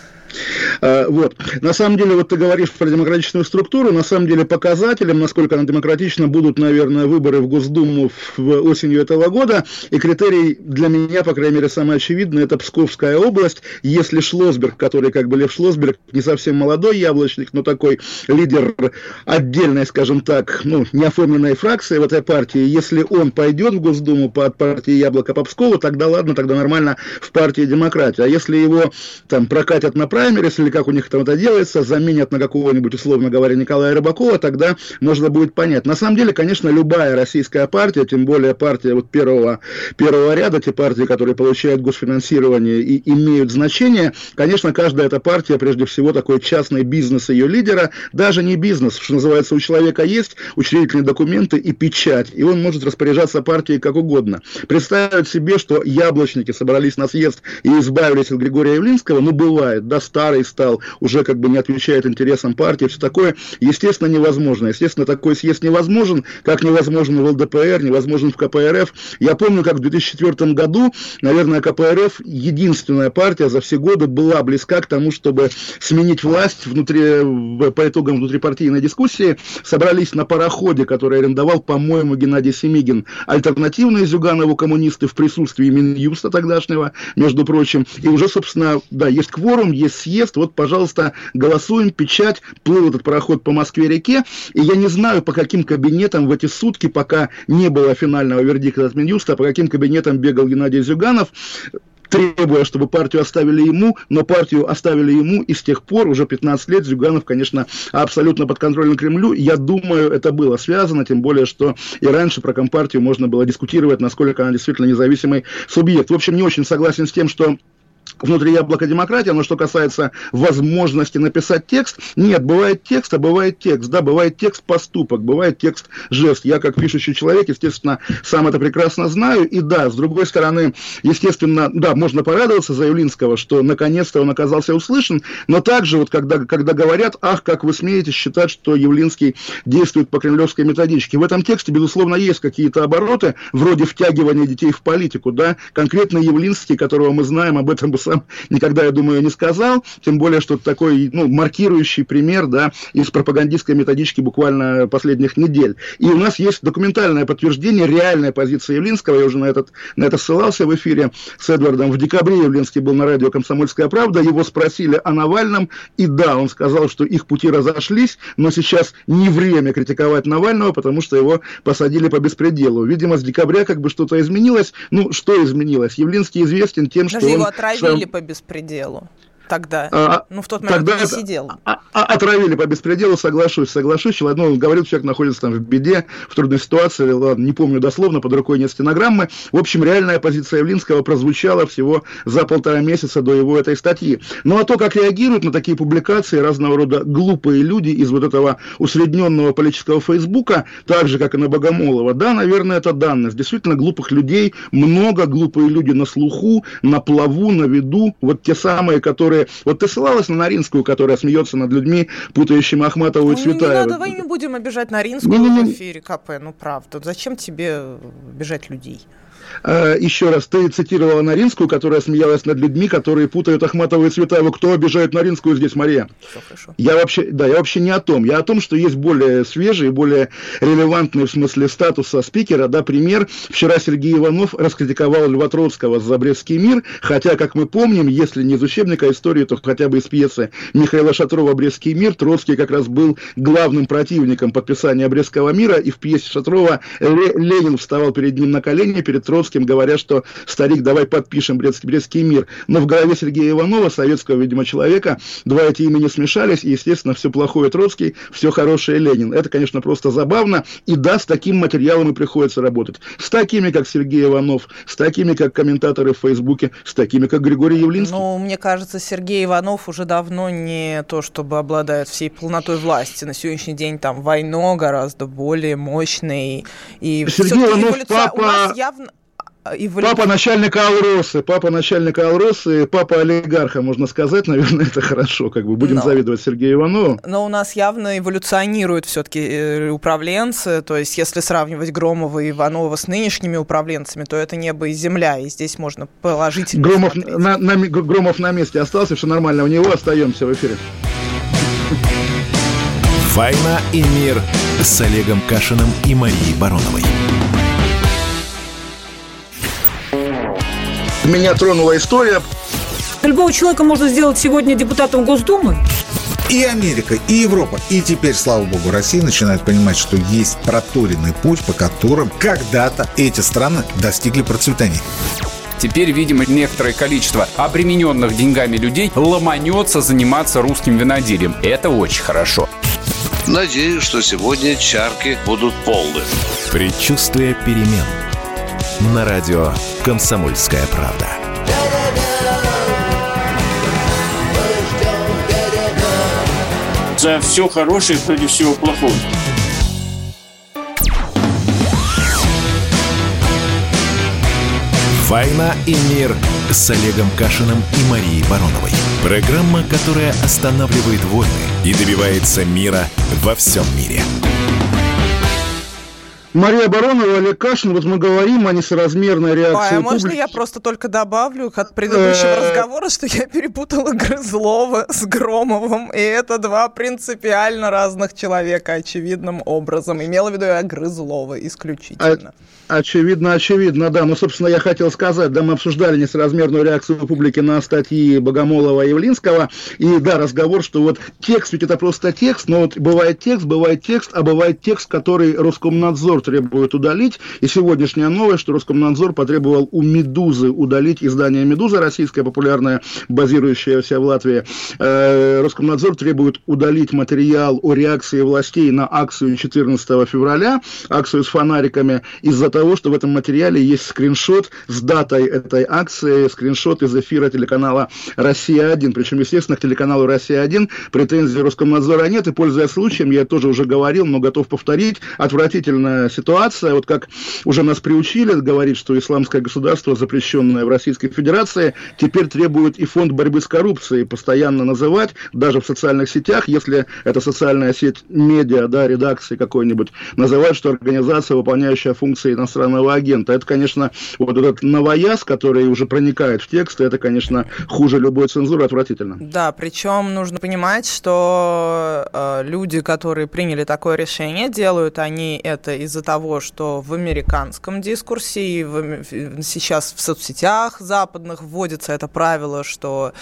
Вот. На самом деле, вот ты говоришь про демократичную структуру, на самом деле показателем, насколько она демократична, будут, наверное, выборы в Госдуму в осенью этого года, и критерий для меня, по крайней мере, самый очевидный, это Псковская область. Если Шлосберг, который как бы Лев Шлосберг, не совсем молодой яблочник, но такой лидер отдельной, скажем так, ну, неоформленной фракции в этой партии, если он пойдет в Госдуму под партией Яблоко по Пскову, тогда ладно, тогда нормально в партии Демократия. А если его там прокатят на праймерис, или как у них там это делается, заменят на какого-нибудь, условно говоря, Николая Рыбакова, тогда можно будет понять. На самом деле, конечно, любая российская партия, тем более партия вот первого, первого ряда, те партии, которые получают госфинансирование и имеют значение, конечно, каждая эта партия, прежде всего, такой частный бизнес ее лидера, даже не бизнес, что называется, у человека есть учредительные документы и печать, и он может распоряжаться партией как угодно. Представить себе, что яблочники собрались на съезд и избавились от Григория Явлинского, ну, бывает, да, старый стал, уже как бы не отвечает интересам партии, все такое, естественно, невозможно. Естественно, такой съезд невозможен, как невозможен в эл дэ пэ эр, невозможен в ка пэ эр эф. Я помню, как в две тысячи четвёртом году, наверное, ка пэ эр эф, единственная партия за все годы, была близка к тому, чтобы сменить власть внутри, по итогам внутрипартийной дискуссии, собрались на пароходе, который арендовал, по-моему, Геннадий Семигин, альтернативные Зюганову коммунисты в присутствии Минюста тогдашнего, между прочим, и уже, собственно, да, есть кворум, есть съезд, вот, пожалуйста, голосуем, печать, плыл этот пароход по Москве-реке, и я не знаю, по каким кабинетам в эти сутки, пока не было финального вердикта от Минюста, по каким кабинетам бегал Геннадий Зюганов, требуя, чтобы партию оставили ему, но партию оставили ему, и с тех пор, уже пятнадцать лет, Зюганов, конечно, абсолютно подконтролен Кремлю. Я думаю, это было связано, тем более, что и раньше про Компартию можно было дискутировать, насколько она действительно независимый субъект. В общем, не очень согласен с тем, что внутри Яблока демократия, но что касается возможности написать текст, нет, бывает текст, а бывает текст, да, бывает текст-поступок, бывает текст-жест. Я, как пишущий человек, естественно, сам это прекрасно знаю, и да, с другой стороны, естественно, да, можно порадоваться за Явлинского, что наконец-то он оказался услышан, но также вот, когда, когда говорят, ах, как вы смеете считать, что Явлинский действует по кремлевской методичке, в этом тексте, безусловно, есть какие-то обороты, вроде втягивания детей в политику, да, конкретно Явлинский, которого мы знаем, об этом бы сам никогда, я думаю, не сказал, тем более, что это такой, ну, маркирующий пример, да, из пропагандистской методички буквально последних недель. И у нас есть документальное подтверждение реальной позиции Явлинского, я уже на, этот, на это ссылался в эфире с Эдвардом. В декабре Явлинский был на радио «Комсомольская правда», его спросили о Навальном, и да, он сказал, что их пути разошлись, но сейчас не время критиковать Навального, потому что его посадили по беспределу. Видимо, с декабря как бы что-то изменилось. Ну, что изменилось? Явлинский известен тем, что Даже он... его отравили по беспределу. Тогда, а, ну, в тот момент тогда не сидел. А, а, отравили по беспределу, соглашусь, соглашусь. Ну, он говорил, человек находится там в беде, в трудной ситуации, ладно, не помню дословно, под рукой нет стенограммы. В общем, реальная позиция Явлинского прозвучала всего за полтора месяца до его этой статьи. Ну, а то, как реагируют на такие публикации разного рода глупые люди из вот этого усредненного политического Фейсбука, так же, как и на Богомолова, да, наверное, это данность. Действительно, глупых людей много, глупые люди на слуху, на плаву, на виду, вот те самые, которые которые... Вот ты ссылалась на Наринскую, которая смеется над людьми, путающими Ахматову и ну, Цветаеву. Не надо, давай не будем обижать Наринскую не, не, не. в эфире КП, ну правда. Зачем тебе обижать людей? Еще раз, ты цитировала Наринскую, которая смеялась над людьми, которые путают Ахматову и Цветаеву. Кто обижает Наринскую здесь, Мария? Все хорошо. Я вообще, да, я вообще не о том. Я о том, что есть более свежие, более релевантные в смысле статуса спикера. Да, пример. Вчера Сергей Иванов раскритиковал Льва Троцкого за Брестский мир, хотя, как мы помним, если не из учебника истории, то хотя бы из пьесы Михаила Шатрова «Брестский мир», Троцкий как раз был главным противником подписания Брестского мира, и в пьесе Шатрова Ленин вставал перед ним на колени, перед Троцким, говоря, что старик, давай подпишем Брестский, Брестский мир. Но в голове Сергея Иванова, советского, видимо, человека, два эти имени смешались, и, естественно, все плохое Троцкий, все хорошее Ленин. Это, конечно, просто забавно, и да, с таким материалом и приходится работать. С такими, как Сергей Иванов, с такими, как комментаторы в Фейсбуке, с такими, как Григорий Явлинский. Ну, мне кажется, Сергей Иванов уже давно не то, чтобы обладает всей полнотой власти. На сегодняшний день там Вайно гораздо более мощный. И Сергей Иванов, эволюция... папа... У нас явно... Эволю... Папа начальника Алросы, папа начальника Алросы, папа олигарха, можно сказать, наверное, это хорошо, как бы будем но, завидовать Сергею Иванову. Но у нас явно эволюционируют все-таки управленцы, то есть если сравнивать Громова и Иванова с нынешними управленцами, то это небо и земля, и здесь можно положительно Громов на, на, Громов на месте остался, все нормально, у него остаемся в эфире. «Война и мир» с Олегом Кашиным и Марией Бароновой. Меня тронула история. Любого человека можно сделать сегодня депутатом Госдумы. И Америка, и Европа, и теперь, слава богу, Россия начинает понимать, что есть проторенный путь, по которым когда-то эти страны достигли процветания. Теперь, видимо, некоторое количество обремененных деньгами людей ломанется заниматься русским виноделием. Это очень хорошо. Надеюсь, что сегодня чарки будут полны. Предчувствие перемен. На радио «Комсомольская правда». За все хорошее против всего плохого. «Война и мир» с Олегом Кашиным и Марией Бароновой. Программа, которая останавливает войны и добивается мира во всем мире. Мария Баронова, Олег Кашин, вот мы говорим о несоразмерной реакции а, публики. Можно я просто только добавлю от предыдущего разговора, что я перепутала Грызлова с Громовым, и это два принципиально разных человека, очевидным образом. Имела в виду я Грызлова исключительно. А, очевидно, очевидно, да. Ну, собственно, я хотел сказать, да, мы обсуждали несоразмерную реакцию публики на статьи Богомолова и Явлинского, и, да, разговор, что вот текст, ведь это просто текст, но вот бывает текст, бывает текст, а бывает текст, который Роскомнадзор требует удалить. И сегодняшняя новость, что Роскомнадзор потребовал у «Медузы» удалить издание «Медуза», российское популярное, базирующееся в Латвии. Э, Роскомнадзор требует удалить материал о реакции властей на акцию четырнадцатого февраля, акцию с фонариками, из-за того, что в этом материале есть скриншот с датой этой акции, скриншот из эфира телеканала «Россия-один». Причем, естественно, к телеканалу «Россия-один» претензий Роскомнадзора нет. И, пользуясь случаем, я тоже уже говорил, но готов повторить, отвратительная ситуация, вот как уже нас приучили говорить, что исламское государство, запрещенное в Российской Федерации, теперь требует и фонд борьбы с коррупцией постоянно называть, даже в социальных сетях, если это социальная сеть медиа, да, редакции какой-нибудь, называют, что организация, выполняющая функции иностранного агента. Это, конечно, вот этот новояз, который уже проникает в текст, это, конечно, хуже любой цензуры, отвратительно. Да, причем нужно понимать, что э, люди, которые приняли такое решение, делают они это из-за того, что в американском дискурсе и в, сейчас в соцсетях западных вводится это правило, что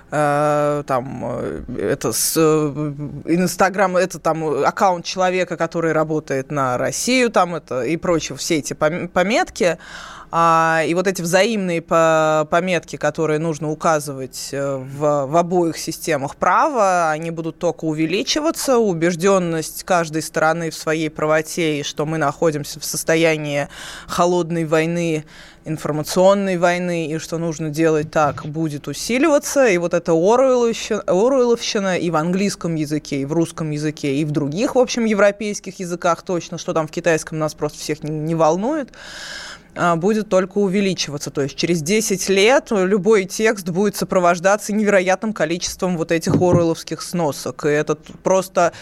э, там это с Инстаграм, это там аккаунт человека, который работает на Россию, там это и прочее, все эти пометки. А, и вот эти взаимные пометки, которые нужно указывать в, в обоих системах права, они будут только увеличиваться. Убежденность каждой стороны в своей правоте, и что мы находимся в состоянии холодной войны, информационной войны, и что нужно делать так, будет усиливаться. И вот эта Оруэлловщина, Оруэлловщина и в английском языке, и в русском языке, и в других, в общем, европейских языках точно, что там в китайском нас просто всех не, не волнует. будет только увеличиваться. То есть через десять лет любой текст будет сопровождаться невероятным количеством вот этих оруэлловских сносок. И это просто,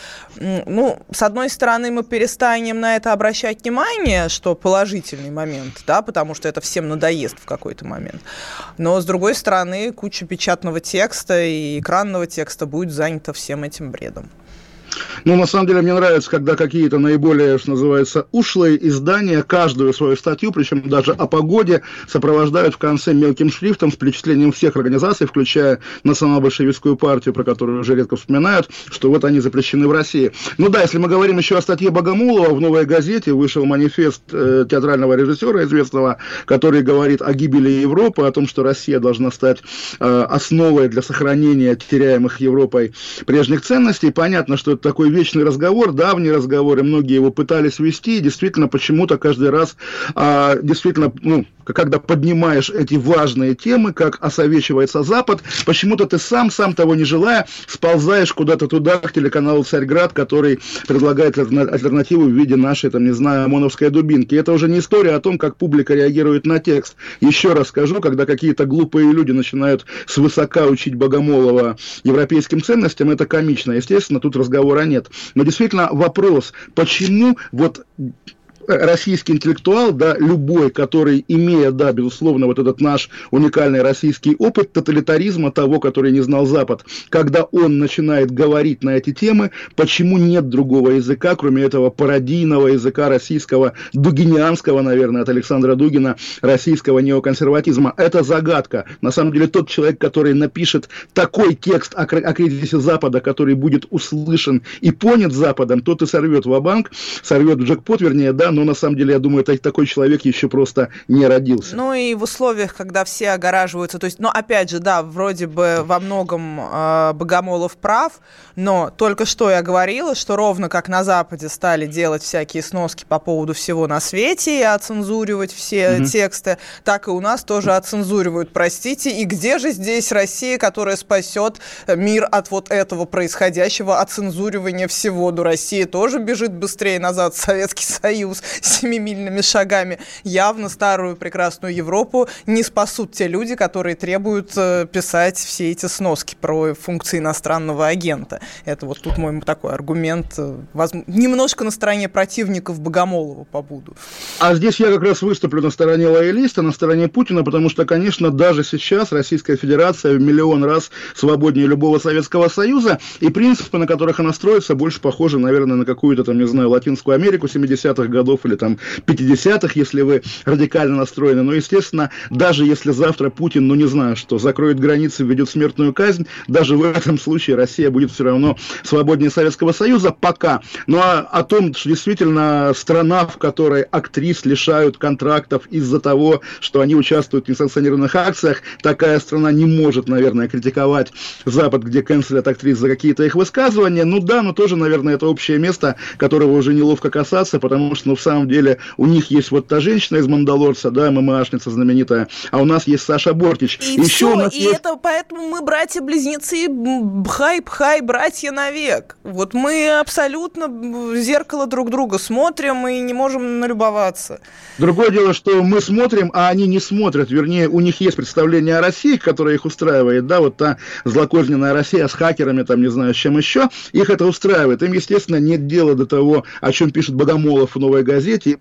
ну, с одной стороны, мы перестанем на это обращать внимание, что положительный момент, да, потому что это всем надоест в какой-то момент. Но, с другой стороны, куча печатного текста и экранного текста будет занята всем этим бредом. Ну, на самом деле, мне нравится, когда какие-то наиболее, что называется, ушлые издания каждую свою статью, причем даже о погоде, сопровождают в конце мелким шрифтом с перечислением всех организаций, включая национал-большевистскую партию, про которую уже редко вспоминают, что вот они запрещены в России. Ну да, если мы говорим еще о статье Богомолова, в «Новой газете» вышел манифест э, театрального режиссера известного, который говорит о гибели Европы, о том, что Россия должна стать э, основой для сохранения теряемых Европой прежних ценностей. Понятно, что это такой вечный разговор, давний разговор, и многие его пытались вести, и действительно почему-то каждый раз, а, действительно, ну, когда поднимаешь эти важные темы, как осовечивается Запад, почему-то ты сам, сам того не желая, сползаешь куда-то туда, к телеканалу «Царьград», который предлагает альтернативу в виде нашей, там, не знаю, ОМОНовской дубинки. Это уже не история о том, как публика реагирует на текст. Еще раз скажу, когда какие-то глупые люди начинают свысока учить Богомолова европейским ценностям, это комично. Естественно, тут разговора нет. Но действительно вопрос, почему вот российский интеллектуал, да, любой, который, имея, да, безусловно, вот этот наш уникальный российский опыт тоталитаризма, того, который не знал Запад, когда он начинает говорить на эти темы, почему нет другого языка, кроме этого пародийного языка российского, дугинианского, наверное, от Александра Дугина, российского неоконсерватизма. Это загадка. На самом деле, тот человек, который напишет такой текст о, о кризисе Запада, который будет услышан и понят Западом, тот и сорвет ва-банк, сорвет джекпот, вернее, да, но на самом деле, я думаю, такой человек еще просто не родился. Ну и в условиях, когда все огораживаются, то есть, ну опять же, да, вроде бы во многом э, Богомолов прав, но только что я говорила, что ровно как на Западе стали делать всякие сноски по поводу всего на свете и оцензуривать все угу. тексты, так и у нас тоже оцензуривают, простите, и где же здесь Россия, которая спасет мир от вот этого происходящего оцензуривания всего? До России тоже бежит быстрее назад в Советский Союз семимильными шагами. Явно старую прекрасную Европу не спасут те люди, которые требуют э, писать все эти сноски про функции иностранного агента. Это вот тут мой такой аргумент. Э, возможно, немножко на стороне противников Богомолова побуду. А здесь я как раз выступлю на стороне лоялиста, на стороне Путина, потому что, конечно, даже сейчас Российская Федерация в миллион раз свободнее любого Советского Союза, и принципы, на которых она строится, больше похожи, наверное, на какую-то, там, не знаю, Латинскую Америку семидесятых годов или там пятидесятых, если вы радикально настроены. Но, естественно, даже если завтра Путин, ну не знаю что, закроет границы, введет смертную казнь, даже в этом случае Россия будет все равно свободнее Советского Союза пока. Ну а о том, что действительно страна, в которой актрис лишают контрактов из-за того, что они участвуют в несанкционированных акциях, такая страна не может, наверное, критиковать Запад, где канцелят актрис за какие-то их высказывания. Ну да, но тоже, наверное, это общее место, которого уже неловко касаться, потому что, ну, в самом деле, у них есть вот та женщина из «Мандалорца», да, ММАшница знаменитая, а у нас есть Саша Бортич. И, и все, у нас и есть... это поэтому мы братья-близнецы, бхай-бхай, братья навек. Вот мы абсолютно в зеркало друг друга смотрим и не можем налюбоваться. Другое дело, что мы смотрим, а они не смотрят, вернее, у них есть представление о России, которое их устраивает, да, вот та злокозненная Россия с хакерами, там, не знаю, с чем еще, их это устраивает. Им, естественно, нет дела до того, о чем пишет Богомолов в «Новой газете»,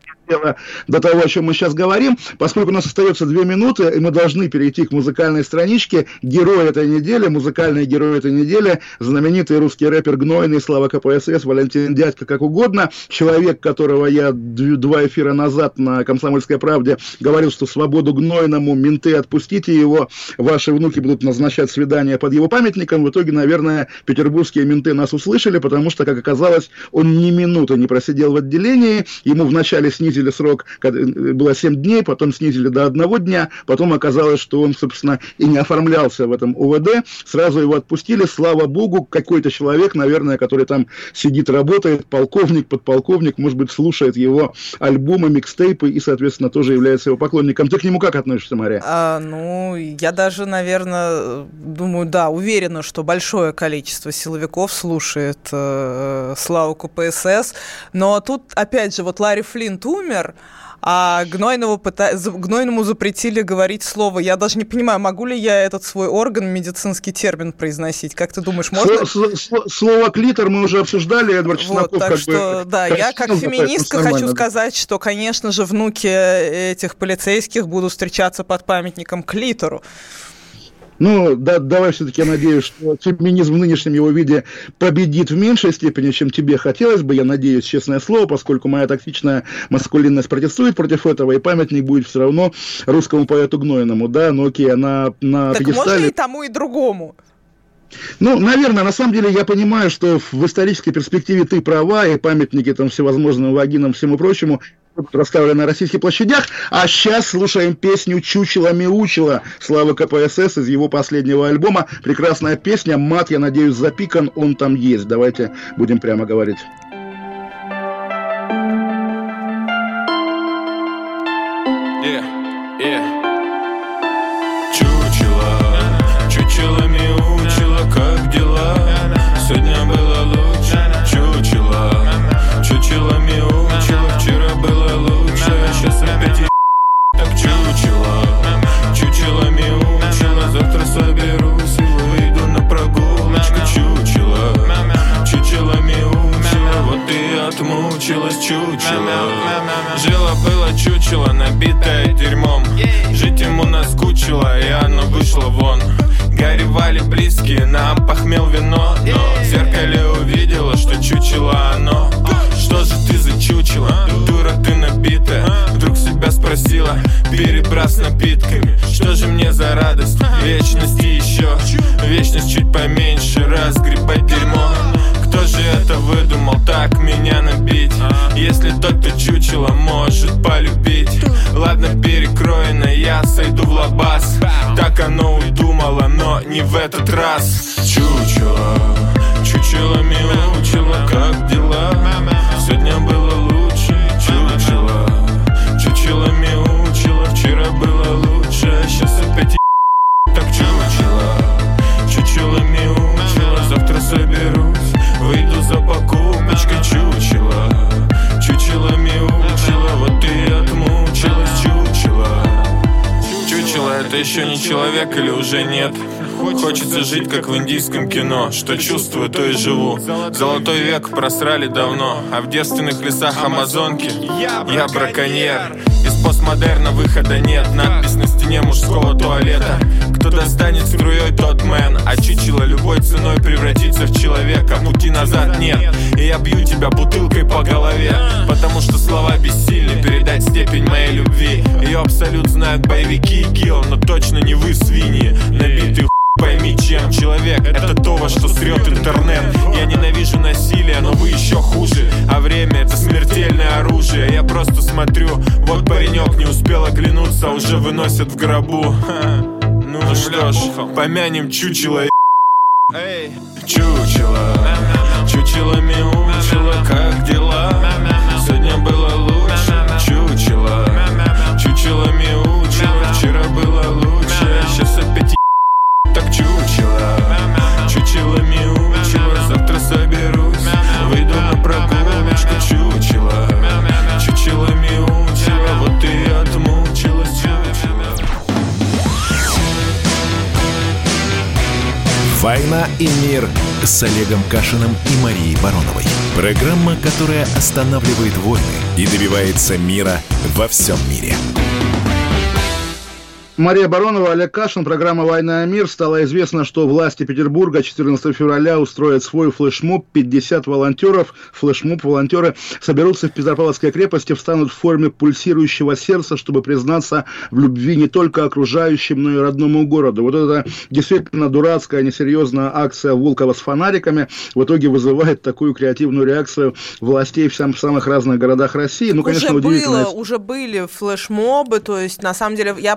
до того, о чем мы сейчас говорим, поскольку у нас остается две минуты, и мы должны перейти к музыкальной страничке. Герой этой недели, музыкальный герой этой недели, знаменитый русский рэпер Гнойный, Слава КПСС, Валентин Дядька, как угодно, человек, которого я два эфира назад на «Комсомольской правде» говорил, что свободу Гнойному, менты, отпустите его, ваши внуки будут назначать свидания под его памятником. В итоге, наверное, петербургские менты нас услышали, потому что, как оказалось, он ни минуты не просидел в отделении, ему вначале снизили срок, было семь дней, потом снизили до одного дня, потом оказалось, что он, собственно, и не оформлялся в этом УВД, сразу его отпустили, слава богу, какой-то человек, наверное, который там сидит, работает, полковник, подполковник, может быть, слушает его альбомы, микстейпы и, соответственно, тоже является его поклонником. Ты к нему как относишься, Мария? А, ну, я даже, наверное, думаю, да, уверена, что большое количество силовиков слушает э, Славу КПСС, но тут, опять же, вот Ларри Флинт умер, а Гнойному, Гнойному запретили говорить слово. Я даже не понимаю, могу ли я этот свой орган, медицинский термин произносить? Как ты думаешь, можно? Слово клитор мы уже обсуждали, Эдвард Чесноков. Вот, так как что, бы, да, я как феминистка хочу да. сказать, что, конечно же, внуки этих полицейских будут встречаться под памятником клитору. Ну, да, давай все-таки, я надеюсь, что феминизм в нынешнем его виде победит в меньшей степени, чем тебе хотелось бы. Я надеюсь, честное слово, поскольку моя токсичная маскулинность протестует против этого, и памятник будет все равно русскому поэту Гнойному, да, но окей, на, на так пьедестале... можно и тому, и другому? Ну, наверное, на самом деле я понимаю, что в исторической перспективе ты права, и памятники там всевозможным вагинам, всему прочему расставлены на российских площадях, а сейчас слушаем песню «Чучело-мяучело» Славы ка пэ эс эс из его последнего альбома. Прекрасная песня, мат, я надеюсь, запикан, он там есть. Давайте будем прямо говорить. Yeah, yeah. Чучело, чучело-мяучело, как дела? Сегодня было лучше. Чучело, чучело-мяучело, вчера было лучше, сейчас опять е... так чучело, чучело-мяучело, завтра соберусь и выйду на прогулочку. Чучело, чучело-мяучело, вот и отмучилась чучело. Жило-было чучело, набитое дерьмом, жить ему наскучило, и оно вышло вон. Горевали близкие, нам похмел вино, но в зеркале увидела, что чучело оно. Что же ты за чучело, дура ты набитая? Вдруг себя спросила, перебрав с напитками. Что же мне за радость, вечности еще, вечность чуть поменьше, разгребать дерьмо. Кто же это выдумал так меня набить? Если тот, кто чучело, может полюбить. Ладно, перекроено, я сойду в лабаз. Так оно удумало, но не в этот раз. Чучело, чучело-мяучело, как дела? Сегодня было лучше. Чучело, чучело-мяучело, вчера было лучше, сейчас опять е... так чучело, чучело-мяучело, завтра соберусь, выйду за покупочкой. Чучело, чучело-мяучело, вот и отмучилась чучело. Чучело — это еще не человек или уже нет? Хочется жить, как в индийском кино. Что чувствую, то и живу. Золотой век просрали давно, а в девственных лесах Амазонки я браконьер. Из постмодерна выхода нет. Надпись на стене мужского туалета: кто достанет струей, тот мэн. А чучело любой ценой превратится в человека. Пути назад нет, и я бью тебя бутылкой по голове, потому что слова бессильны передать степень моей любви. Ее абсолют знают боевики и ГИЛ, но точно не вы, свиньи, набитые. Пойми, чем человек — это то, во что срет интернет. Я ненавижу насилие, но вы еще хуже. А время — это смертельное оружие. Я просто смотрю, вот паренек не успел оглянуться, уже выносят в гробу. Ну, ну что ж, помянем чучело. Эй, чучело, чучело-мяучело, как дела? Сегодня было лучше. Чучело, чучело-мяучело, вчера было лучше, сейчас опять так чучело, чучело-мяучело, завтра соберусь, выйду на прогулочку. Чучело, чучело-мяучело, вот и отмучилась чучело. «Война и мир» с Олегом Кашиным и Марией Бароновой. Программа, которая останавливает войны и добивается мира во всем мире. Мария Баронова, Олег Кашин, программа «Война и мир». Стало известно, что власти Петербурга четырнадцатого февраля устроят свой флешмоб. пятьдесят волонтеров, флешмоб, волонтеры соберутся в Петропавловской крепости, встанут в форме пульсирующего сердца, чтобы признаться в любви не только окружающим, но и родному городу. Вот это действительно дурацкая, несерьезная акция Волкова с фонариками в итоге вызывает такую креативную реакцию властей в самых разных городах России. Ну, конечно, уже удивительно. Было, уже были флешмобы, то есть, на самом деле, я, я понимаю,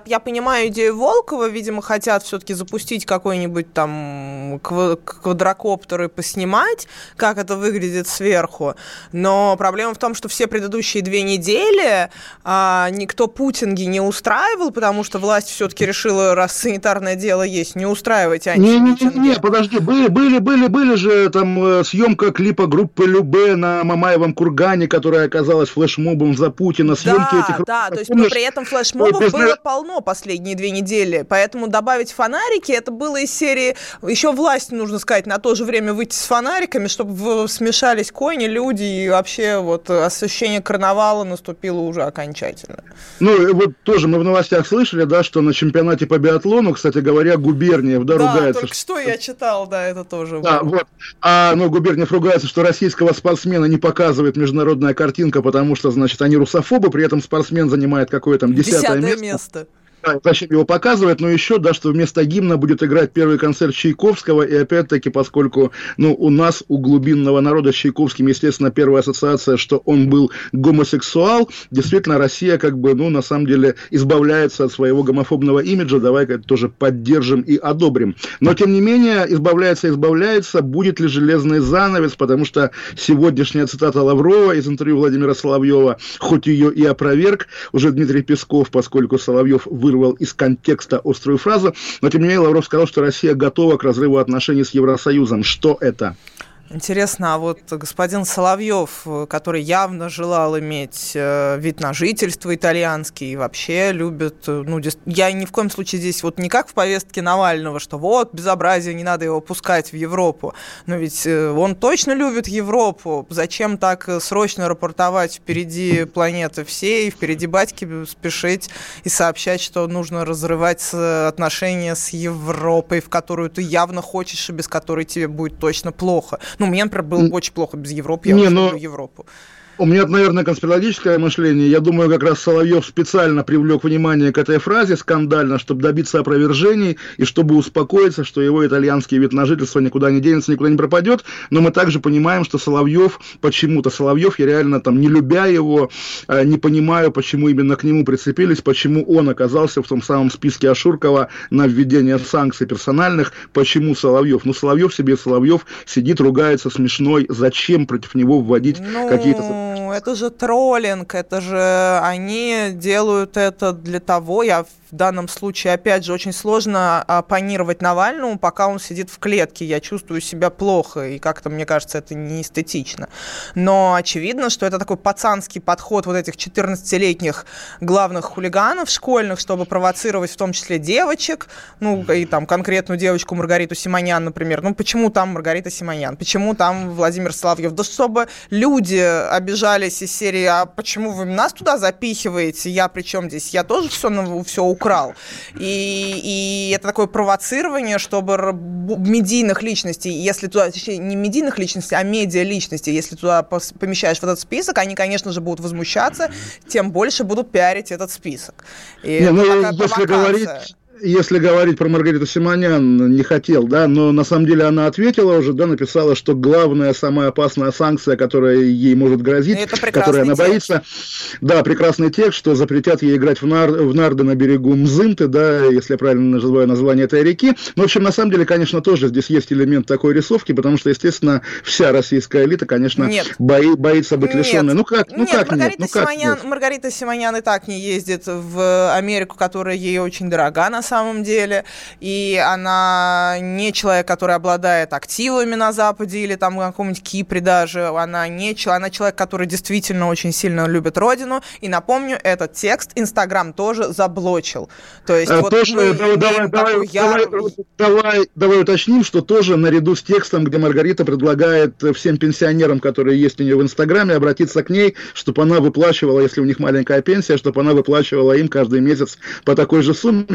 понимаю идею Волкова, видимо, хотят все-таки запустить какой-нибудь там квадрокоптер и поснимать, как это выглядит сверху. Но проблема в том, что все предыдущие две недели а, никто путинги не устраивал, потому что власть все-таки решила, раз санитарное дело есть, не устраивать антимитинги. Не, не, не, подожди, были, были, были, были же там съемка клипа группы Любэ на Мамаевом кургане, которая оказалась флешмобом за Путина, съемки да, этих... Да, то есть помнишь, при этом флешмобов без... было полно последние две недели, поэтому добавить фонарики, это было из серии, еще власть, нужно сказать, на то же время выйти с фонариками, чтобы смешались кони, люди, и вообще вот ощущение карнавала наступило уже окончательно. Ну, вот тоже мы в новостях слышали, да, что на чемпионате по биатлону, кстати говоря, Губерниев, да, да ругается. Да, только что я читал, да, это тоже. Да, вот. А, ну, Губерниев ругается, что российского спортсмена не показывает международная картинка, потому что, значит, они русофобы, при этом спортсмен занимает какое-то там десятое, десятое место. место. Да, зачем его показывать, но еще, да, что вместо гимна будет играть первый концерт Чайковского, и опять-таки, поскольку, ну, у нас, у глубинного народа с Чайковским, естественно, первая ассоциация, что он был гомосексуал, действительно, Россия, как бы, ну, на самом деле, избавляется от своего гомофобного имиджа, давай-ка это тоже поддержим и одобрим. Но, тем не менее, избавляется, избавляется, будет ли железный занавес, потому что сегодняшняя цитата Лаврова из интервью Владимира Соловьева, хоть ее и опроверг, уже Дмитрий Песков, поскольку Соловьев вы вырвал из контекста острую фразу, но тем не менее Лавров сказал, что Россия готова к разрыву отношений с Евросоюзом. Что это? Интересно, а вот господин Соловьев, который явно желал иметь вид на жительство итальянский, и вообще любит, ну, я ни в коем случае здесь вот не как в повестке Навального, что вот, безобразие, не надо его пускать в Европу, но ведь он точно любит Европу, зачем так срочно рапортовать впереди планеты всей, впереди батьки спешить и сообщать, что нужно разрывать отношения с Европой, в которую ты явно хочешь и без которой тебе будет точно плохо. Ну, мне, например, было очень плохо без Европы, я не, очень люблю Европу. У меня, наверное, конспирологическое мышление. Я думаю, как раз Соловьев специально привлек внимание к этой фразе скандально, чтобы добиться опровержений и чтобы успокоиться, что его итальянский вид на жительство никуда не денется, никуда не пропадет. Но мы также понимаем, что Соловьев, почему-то Соловьев, я реально там, не любя его, не понимаю, почему именно к нему прицепились, почему он оказался в том самом списке Ашуркова на введение санкций персональных, почему Соловьев. Ну, Соловьев себе Соловьев сидит, ругается смешной, зачем против него вводить ну... какие-то... Ну, это же троллинг, это же они делают это для того, я в данном случае, опять же, очень сложно оппонировать Навальному, пока он сидит в клетке, я чувствую себя плохо, и как-то, мне кажется, это не эстетично. Но очевидно, что это такой пацанский подход вот этих четырнадцатилетних главных хулиганов школьных, чтобы провоцировать в том числе девочек, ну, и там конкретную девочку Маргариту Симонян, например. Ну, почему там Маргарита Симонян? Почему там Владимир Соловьев? Да чтобы люди обижались из серии, а почему вы нас туда запихиваете? Я при чем здесь? Я тоже все, все украл. И, и это такое провоцирование, чтобы медийных личностей, если туда, точнее, не медийных личностей, а медиа-личностей, если туда помещаешь в этот список, они, конечно же, будут возмущаться, тем больше будут пиарить этот список. И не, это ну, такая если провокация. Говорить... Если говорить про Маргариту Симонян, не хотел, да, но на самом деле она ответила уже, да, написала, что главная, самая опасная санкция, которая ей может грозить, которой она боится, да, прекрасный текст, что запретят ей играть в, нар, в нарды на берегу Мзымты, да, если я правильно называю название этой реки. Но, в общем, на самом деле, конечно, тоже здесь есть элемент такой рисовки, потому что, естественно, вся российская элита, конечно, бои, боится быть лишенной. Ну как, ну нет, как Маргарита нет? Ну как Симонян, нет? Маргарита Симонян и так не ездит в Америку, которая ей очень дорога, на самом деле, и она не человек, который обладает активами на Западе или там на каком-нибудь Кипре даже, она не она человек, который действительно очень сильно любит родину, и напомню, этот текст Инстаграм тоже заблочил. То есть а, вот тоже, мы давай, давай, давай, давай, давай, давай уточним, что тоже наряду с текстом, где Маргарита предлагает всем пенсионерам, которые есть у нее в Инстаграме, обратиться к ней, чтобы она выплачивала, если у них маленькая пенсия, чтобы она выплачивала им каждый месяц по такой же сумме. Удивительно.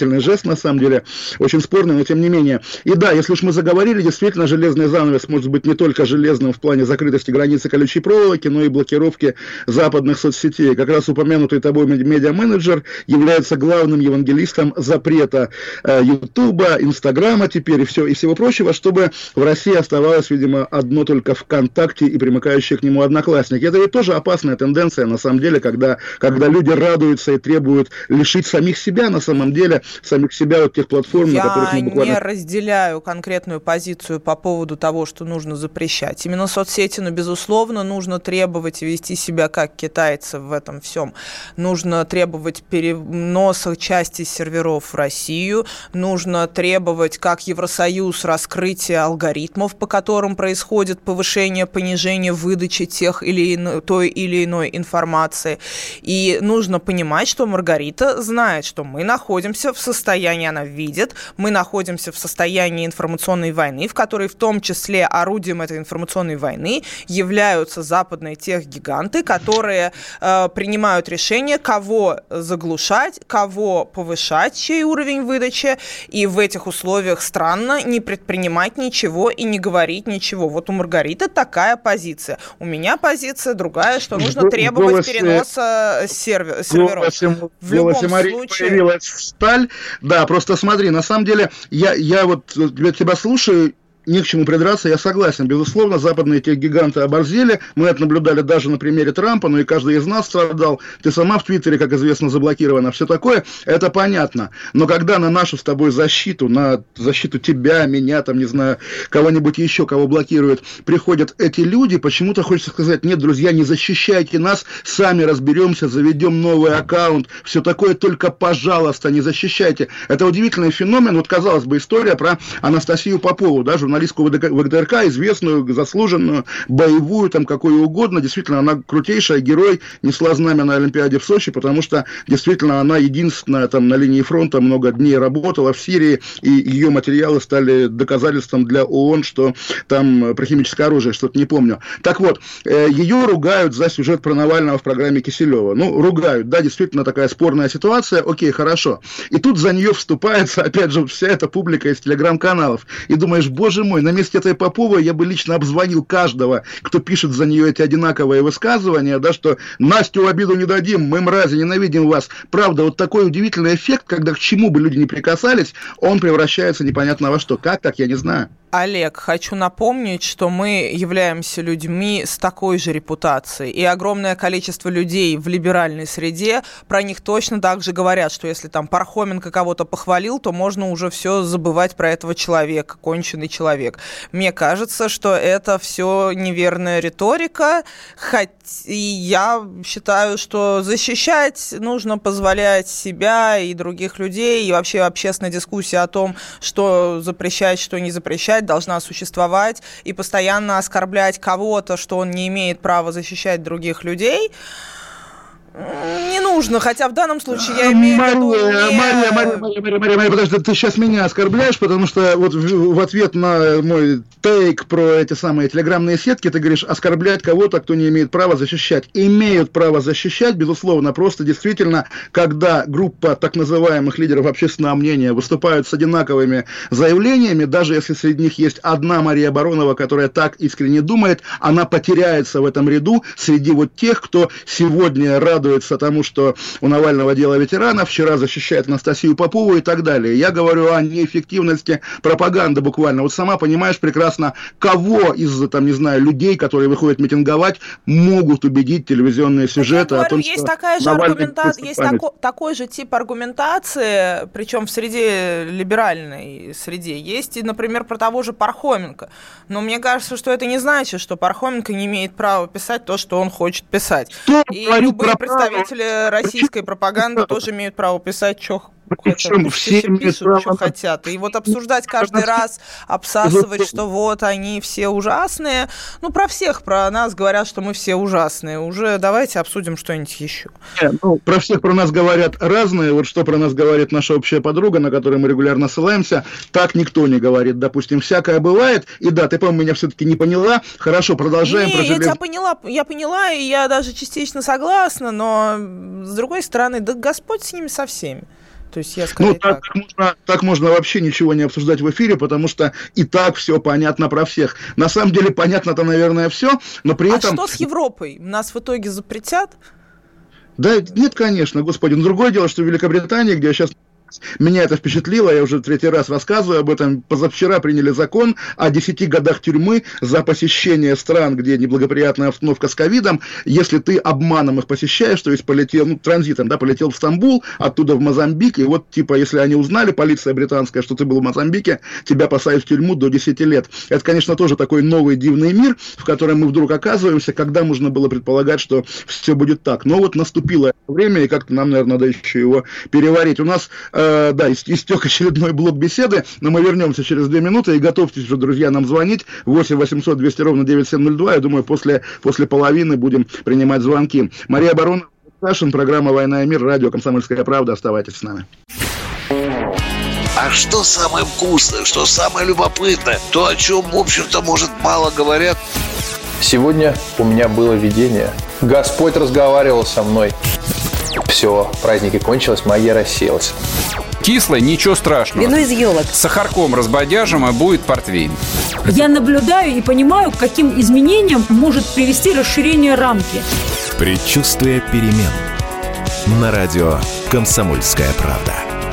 удивительный жест, на самом деле, очень спорный, но тем не менее. И да, если уж мы заговорили, действительно, железный занавес может быть не только железным в плане закрытости границы колючей проволоки, но и блокировки западных соцсетей. Как раз упомянутый тобой медиа-менеджер является главным евангелистом запрета э, Ютуба, Инстаграма теперь и, все, и всего прочего, чтобы в России оставалось, видимо, одно только ВКонтакте и примыкающие к нему одноклассники. Это ведь тоже опасная тенденция, на самом деле, когда, когда люди радуются и требуют лишить самих себя, на самом деле, самих себя от тех платформ, Я на которых мы буквально... Я не разделяю конкретную позицию по поводу того, что нужно запрещать. Именно соцсети, ну, безусловно, нужно требовать и вести себя как китайцы в этом всем. Нужно требовать переноса части серверов в Россию, нужно требовать, как Евросоюз, раскрытия алгоритмов, по которым происходит повышение, понижение выдачи тех или иной, той или иной информации. И нужно понимать, что Маргарита знает, что мы находимся в состоянии, она видит, мы находимся в состоянии информационной войны, в которой в том числе орудием этой информационной войны являются западные техгиганты, которые э, принимают решение, кого заглушать, кого повышать, чей уровень выдачи, и в этих условиях странно не предпринимать ничего и не говорить ничего. Вот у Маргариты такая позиция. У меня позиция другая, что нужно в требовать голосе, переноса сервер, серверов. В, в любом случае. Появилась сталь. Да, просто смотри, на самом деле, я, я вот тебя слушаю, не к чему придраться, я согласен. Безусловно, западные техгиганты оборзели. Мы это наблюдали даже на примере Трампа, но и каждый из нас страдал. Ты сама в Твиттере, как известно, заблокирована. Все такое, это понятно. Но когда на нашу с тобой защиту, на защиту тебя, меня, там, не знаю, кого-нибудь еще, кого блокируют, приходят эти люди, почему-то хочется сказать: нет, друзья, не защищайте нас, сами разберемся, заведем новый аккаунт. Все такое, только, пожалуйста, не защищайте. Это удивительный феномен. Вот, казалось бы, история про Анастасию Попову, да, журналистку ВГТРК, известную, заслуженную, боевую, там, какую угодно. Действительно, она крутейшая, герой, несла знамя на Олимпиаде в Сочи, потому что, действительно, она единственная там на линии фронта много дней работала в Сирии, и ее материалы стали доказательством для ООН, что там про химическое оружие, что-то не помню. Так вот, ее ругают за сюжет про Навального в программе Киселева. Ну, ругают, да, действительно, такая спорная ситуация, окей, хорошо. И тут за нее вступается, опять же, вся эта публика из телеграм-каналов. И думаешь, боже мой, на месте этой Поповой я бы лично обзвонил каждого, кто пишет за нее эти одинаковые высказывания, да, что Настю в обиду не дадим, мы мрази, ненавидим вас. Правда, вот такой удивительный эффект, когда к чему бы люди не прикасались, он превращается непонятно во что. Как так, я не знаю. Олег, хочу напомнить, что мы являемся людьми с такой же репутацией, и огромное количество людей в либеральной среде про них точно так же говорят, что если там Пархоменко кого-то похвалил, то можно уже все забывать про этого человека, конченый человек. Мне кажется, что это все неверная риторика, хотя я считаю, что защищать нужно позволять себя и других людей, и вообще общественная дискуссия о том, что запрещать, что не запрещать, должна существовать, и постоянно оскорблять кого-то, что он не имеет права защищать других людей, не нужно, хотя в данном случае я имею в виду... Мария, Мария, Мария, Мария, Мария, Мария, подожди, ты сейчас меня оскорбляешь, потому что вот в, в ответ на мой тейк про эти самые телеграммные сетки ты говоришь: оскорблять кого-то, кто не имеет права защищать. Имеют право защищать, безусловно, просто действительно, когда группа так называемых лидеров общественного мнения выступают с одинаковыми заявлениями, даже если среди них есть одна Мария Баронова, которая так искренне думает, она потеряется в этом ряду среди вот тех, кто сегодня радуется тому, что у Навального дело ветеранов, вчера защищает Анастасию Попову и так далее. Я говорю о неэффективности пропаганды буквально. Вот сама понимаешь прекрасно, кого из, там, не знаю, людей, которые выходят митинговать, могут убедить телевизионные сюжеты говорю, о том, есть что такая же аргумента... есть тако... такой же тип аргументации, причем в среде либеральной среде. Есть, и, например, про того же Пархоменко. Но мне кажется, что это не значит, что Пархоменко не имеет права писать то, что он хочет писать. Кто и любые представители российской пропаганды тоже имеют право писать, что хотят. Все пишут, что хотят. И вот обсуждать каждый раз, обсасывать, что вот они все ужасные. Ну, про всех, про нас говорят, что мы все ужасные. Уже давайте обсудим что-нибудь еще. Ну, про всех про нас говорят разные. Вот что про нас говорит наша общая подруга, на которую мы регулярно ссылаемся, так никто не говорит. Допустим, всякое бывает. И да, ты, по-моему, меня все-таки не поняла. Хорошо, продолжаем. Не, про я желез... тебя поняла, я поняла, и я даже частично согласна, но с другой стороны, да Господь с ними со всеми. То есть я скорее ну, так, так. Можно, так можно вообще ничего не обсуждать в эфире, потому что и так все понятно про всех. На самом деле понятно-то, наверное, все, но при а этом... А что с Европой? Нас в итоге запретят? Да нет, конечно, господи. Но другое дело, что в Великобритании, где я сейчас... Меня это впечатлило, я уже третий раз рассказываю об этом. Позавчера приняли закон о десяти годах тюрьмы за посещение стран, где неблагоприятная обстановка с ковидом, если ты обманом их посещаешь, то есть полетел, ну, транзитом, да, полетел в Стамбул, оттуда в Мозамбик, и вот, типа, если они узнали, полиция британская, что ты был в Мозамбике, тебя посадят в тюрьму до десяти лет. Это, конечно, тоже такой новый дивный мир, в котором мы вдруг оказываемся, когда можно было предполагать, что все будет так. Но вот наступило время, и как-то нам, наверное, надо еще его переварить. У нас Uh, да, истек очередной блок беседы, но мы вернемся через две минуты, и готовьтесь уже, друзья, нам звонить. восемь восемьсот двести ровно девяносто семь ноль два. Я думаю, после, после половины будем принимать звонки. Мария Баронова, Кашин, программа «Война и мир», радио «Комсомольская правда». Оставайтесь с нами. А что самое вкусное, что самое любопытное, то, о чем, в общем-то, может, мало говорят? Сегодня у меня было видение. Господь разговаривал со мной. Все, праздники кончились, магия рассеялась. Кислое, ничего страшного. Вино из елок. С сахарком разбодяжим, и будет портвейн. Я наблюдаю и понимаю, к каким изменениям может привести расширение рамки. Предчувствие перемен. На радио «Комсомольская правда».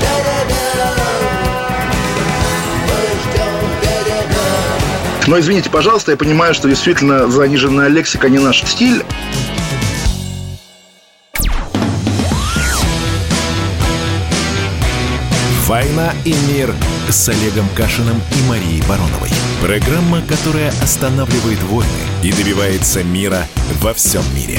Но извините, пожалуйста, я понимаю, что действительно заниженная лексика не наш стиль. «Война и мир» с Олегом Кашиным и Марией Бароновой. Программа, которая останавливает войны и добивается мира во всем мире.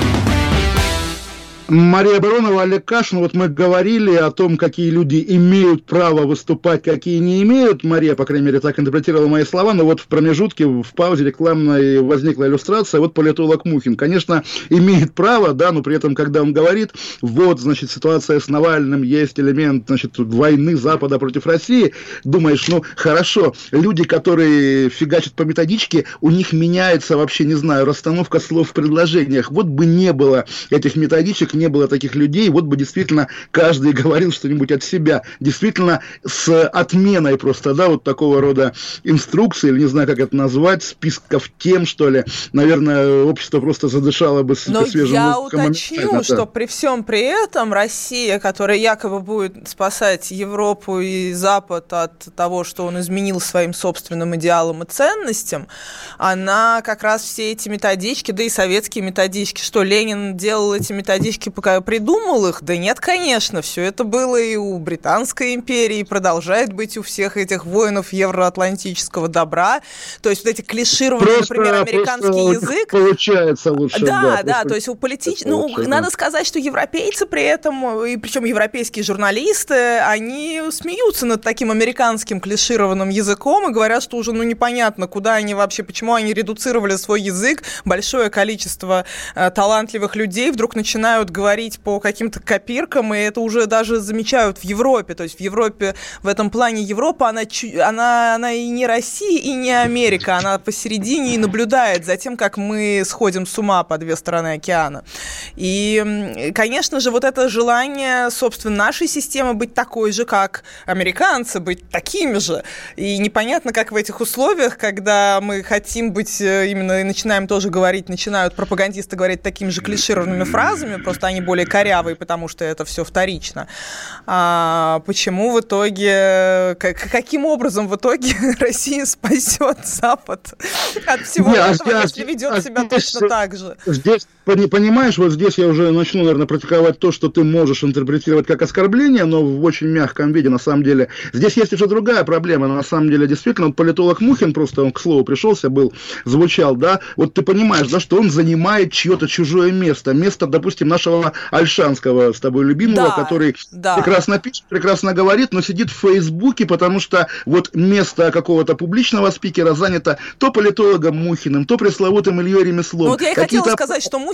Мария Баронова, Олег Кашин. Вот мы говорили о том, какие люди имеют право выступать, какие не имеют. Мария, по крайней мере, так интерпретировала мои слова, но вот в промежутке, в паузе рекламной возникла иллюстрация. Вот политолог Мухин, конечно, имеет право, да, но при этом, когда он говорит, вот, значит, ситуация с Навальным, есть элемент, значит, войны Запада против России, думаешь, ну, хорошо, люди, которые фигачат по методичке, у них меняется вообще, не знаю, расстановка слов в предложениях. Вот бы не было этих методичек, не было таких людей, вот бы действительно каждый говорил что-нибудь от себя. Действительно, с отменой просто, да, вот такого рода инструкций, или не знаю, как это назвать, списков тем, что ли, наверное, общество просто задышало бы Но свежим я воздухом. уточню, да. что при всем при этом Россия, которая якобы будет спасать Европу и Запад от того, что он изменил своим собственным идеалам и ценностям, она как раз все эти методички, да и советские методички, что Ленин делал эти методички, пока придумал их? Да нет, конечно, все это было и у Британской империи, и продолжает быть у всех этих воинов евроатлантического добра. То есть вот эти клишированные, просто, например, американский язык. Получается лучше. Да, да, да, то есть у политических... Ну, лучше, надо да. сказать, что европейцы при этом, и причем европейские журналисты, они смеются над таким американским клишированным языком и говорят, что уже ну непонятно, куда они вообще, почему они редуцировали свой язык, большое количество э, талантливых людей вдруг начинают говорить по каким-то копиркам, и это уже даже замечают в Европе. То есть в Европе, в этом плане Европа, она, она, она и не Россия, и не Америка. Она посередине и наблюдает за тем, как мы сходим с ума по две стороны океана. И, конечно же, вот это желание, собственно, нашей системы быть такой же, как американцы, быть такими же. И непонятно, как в этих условиях, когда мы хотим быть именно, и начинаем тоже говорить, начинают пропагандисты говорить такими же клишированными фразами, просто они более корявые, потому что это все вторично. А почему в итоге, как, каким образом в итоге Россия спасет Запад от всего Не, этого, а если здесь, ведет а себя здесь, точно так же? Здесь, понимаешь, вот здесь я уже начну, наверное, практиковать то, что ты можешь интерпретировать как оскорбление, но в очень мягком виде, на самом деле. Здесь есть уже другая проблема, на самом деле, действительно, вот политолог Мухин, просто он к слову пришелся, был, звучал, да, вот ты понимаешь, да, что он занимает чье-то чужое место, место, допустим, нашего Ольшанского, с тобой любимого, да, который да. прекрасно пишет, прекрасно говорит, но сидит в Фейсбуке, потому что вот место какого-то публичного спикера занято то политологом Мухиным, то пресловутым Ильей Ремеслом. Ну, вот я и хотела сказать, что Мухин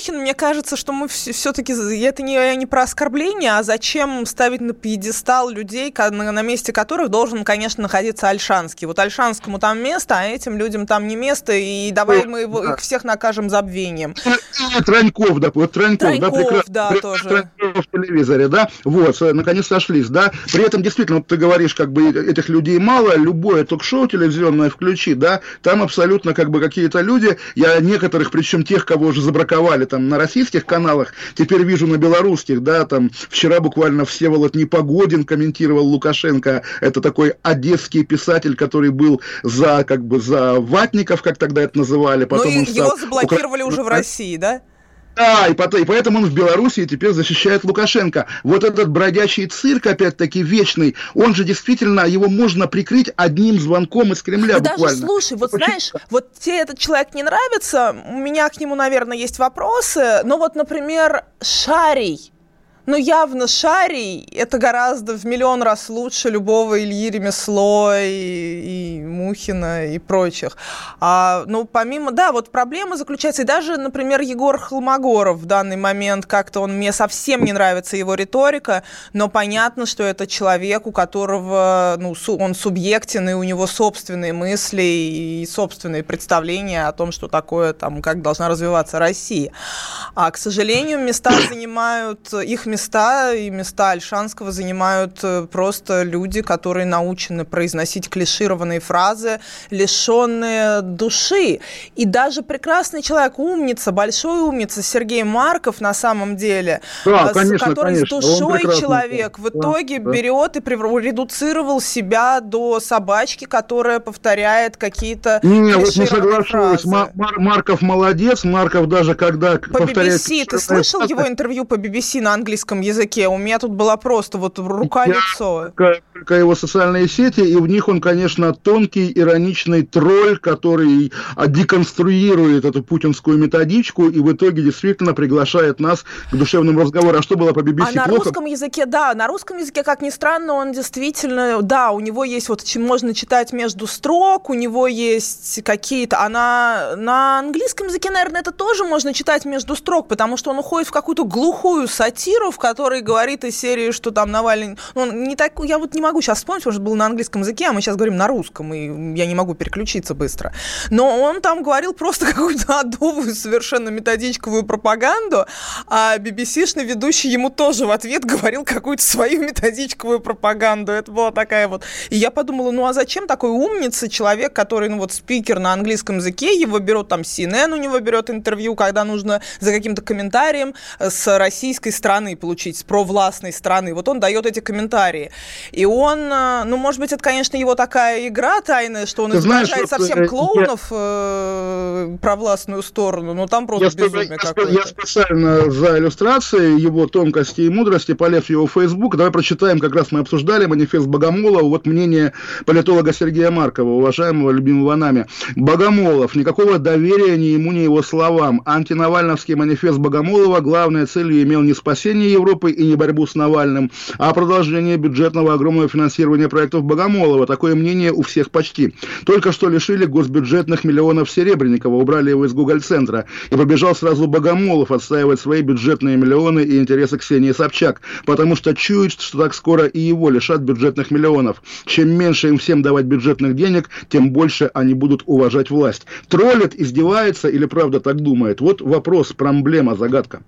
Мухин, мне кажется, что мы все-таки... Это не, не про оскорбление, а зачем ставить на пьедестал людей, на, на месте которых должен, конечно, находиться Ольшанский. Вот Ольшанскому там место, а этим людям там не место, и давай мы его, их всех накажем забвением. Троньков, да, вот Троньков, Троньков, да, прекрасно. да, Прекрасно, тоже. Троньков в телевизоре, да, вот, наконец сошлись, да. При этом, действительно, вот ты говоришь, как бы этих людей мало, любое ток-шоу телевизионное включи, да, там абсолютно как бы какие-то люди, я некоторых, причем тех, кого уже забраковали там на российских каналах, теперь вижу на белорусских, да, там вчера буквально Всеволод Непогодин комментировал Лукашенко, это такой одесский писатель, который был за, как бы, за ватников, как тогда это называли, потом ну, он его стал... заблокировали уже в России, да? Да, и, потом, и поэтому он в Беларуси теперь защищает Лукашенко. Вот этот бродячий цирк, опять-таки, вечный, он же действительно, его можно прикрыть одним звонком из Кремля да буквально. Даже, слушай, вот знаешь, вот тебе этот человек не нравится, у меня к нему, наверное, есть вопросы, но вот, например, Шарий. Ну, явно Шарий – это гораздо в миллион раз лучше любого Ильи Ремесло и, и Мухина и прочих. А, ну, помимо, да, вот проблема заключается, и даже, например, Егор Холмогоров в данный момент, как-то он, мне совсем не нравится его риторика, но понятно, что это человек, у которого, ну, су, он субъектен, и у него собственные мысли и собственные представления о том, что такое, там, как должна развиваться Россия. А, к сожалению, места занимают, их места Места и места Ольшанского занимают просто люди, которые научены произносить клишированные фразы, лишенные души. И даже прекрасный человек, умница, большой умница Сергей Марков на самом деле, да, с, конечно, который конечно. с душой человек, в итоге да, берет да. и прев... редуцировал себя до собачки, которая повторяет какие-то не, вот не соглашусь. Мар- Марков молодец. Марков даже когда по повторяет... би би си, ты слышал его интервью по би би си на английском языке? У меня тут была просто вот рука-лицо. Только его социальные сети, и в них он, конечно, тонкий, ироничный тролль, который деконструирует эту путинскую методичку и в итоге действительно приглашает нас к душевному разговору. А что было по би би си? А на плохо? русском языке, да, на русском языке, как ни странно, он действительно, да, у него есть вот, можно читать между строк, у него есть какие-то, а на, на английском языке, наверное, это тоже можно читать между строк, потому что он уходит в какую-то глухую сатиру, в которой говорит из серии, что там Навальный... Ну, он не так, я вот не могу сейчас вспомнить, потому что был на английском языке, а мы сейчас говорим на русском, и я не могу переключиться быстро. Но он там говорил просто какую-то адовую, совершенно методичковую пропаганду, а би би си-шный ведущий ему тоже в ответ говорил какую-то свою методичковую пропаганду. Это была такая вот... И я подумала, ну а зачем такой умница человек, который, ну вот, спикер на английском языке, его берут там си эн эн, у него берет интервью, когда нужно за каким-то комментарием с российской стороны получить, с провластной стороны. Вот он дает эти комментарии. И он, ну, может быть, это, конечно, его такая игра тайная, что он Ты изображает знаешь, совсем вот, клоунов я... э, провластную сторону, но там просто я безумие я, какое-то. Я специально за иллюстрацией его тонкости и мудрости полез в его Facebook. Давай прочитаем, как раз мы обсуждали манифест Богомолова, вот мнение политолога Сергея Маркова, уважаемого, любимого нами. Богомолов. Никакого доверия ни ему, ни его словам. Антинавальновский манифест Богомолова главной целью имел не спасение Европы и не борьбу с Навальным, а продолжение бюджетного огромного финансирования проектов Богомолова. Такое мнение у всех почти. Только что лишили госбюджетных миллионов Серебренникова, убрали его из Гугл-центра. И побежал сразу Богомолов отстаивать свои бюджетные миллионы и интересы Ксении Собчак, потому что чует, что так скоро и его лишат бюджетных миллионов. Чем меньше им всем давать бюджетных денег, тем больше они будут уважать власть. Троллит, издевается или правда так думает? Вот вопрос, проблема, загадка.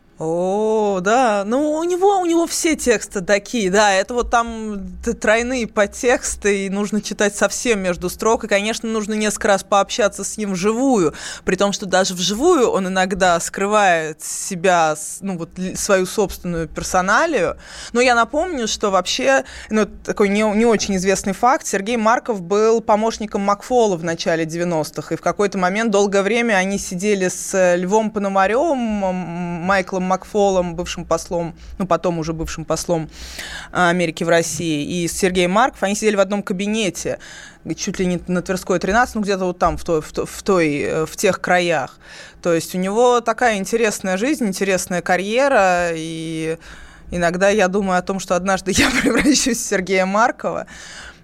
О, да, ну у него, у него все тексты такие, да, это вот там тройные подтексты, и нужно читать совсем между строк, и, конечно, нужно несколько раз пообщаться с ним вживую, при том, что даже вживую он иногда скрывает себя, ну вот свою собственную персоналию, но я напомню, что вообще, ну такой не, не очень известный факт, Сергей Марков был помощником Макфола в начале девяностых, и в какой-то момент долгое время они сидели с Львом Пономаревым, Майклом Макфолом, бывшим послом, ну, потом уже бывшим послом Америки в России, и с Сергеем Марков, они сидели в одном кабинете, чуть ли не на Тверской тринадцать, ну, где-то вот там, в, той, в, в, той, в тех краях. То есть у него такая интересная жизнь, интересная карьера, и иногда я думаю о том, что однажды я превращусь в Сергея Маркова.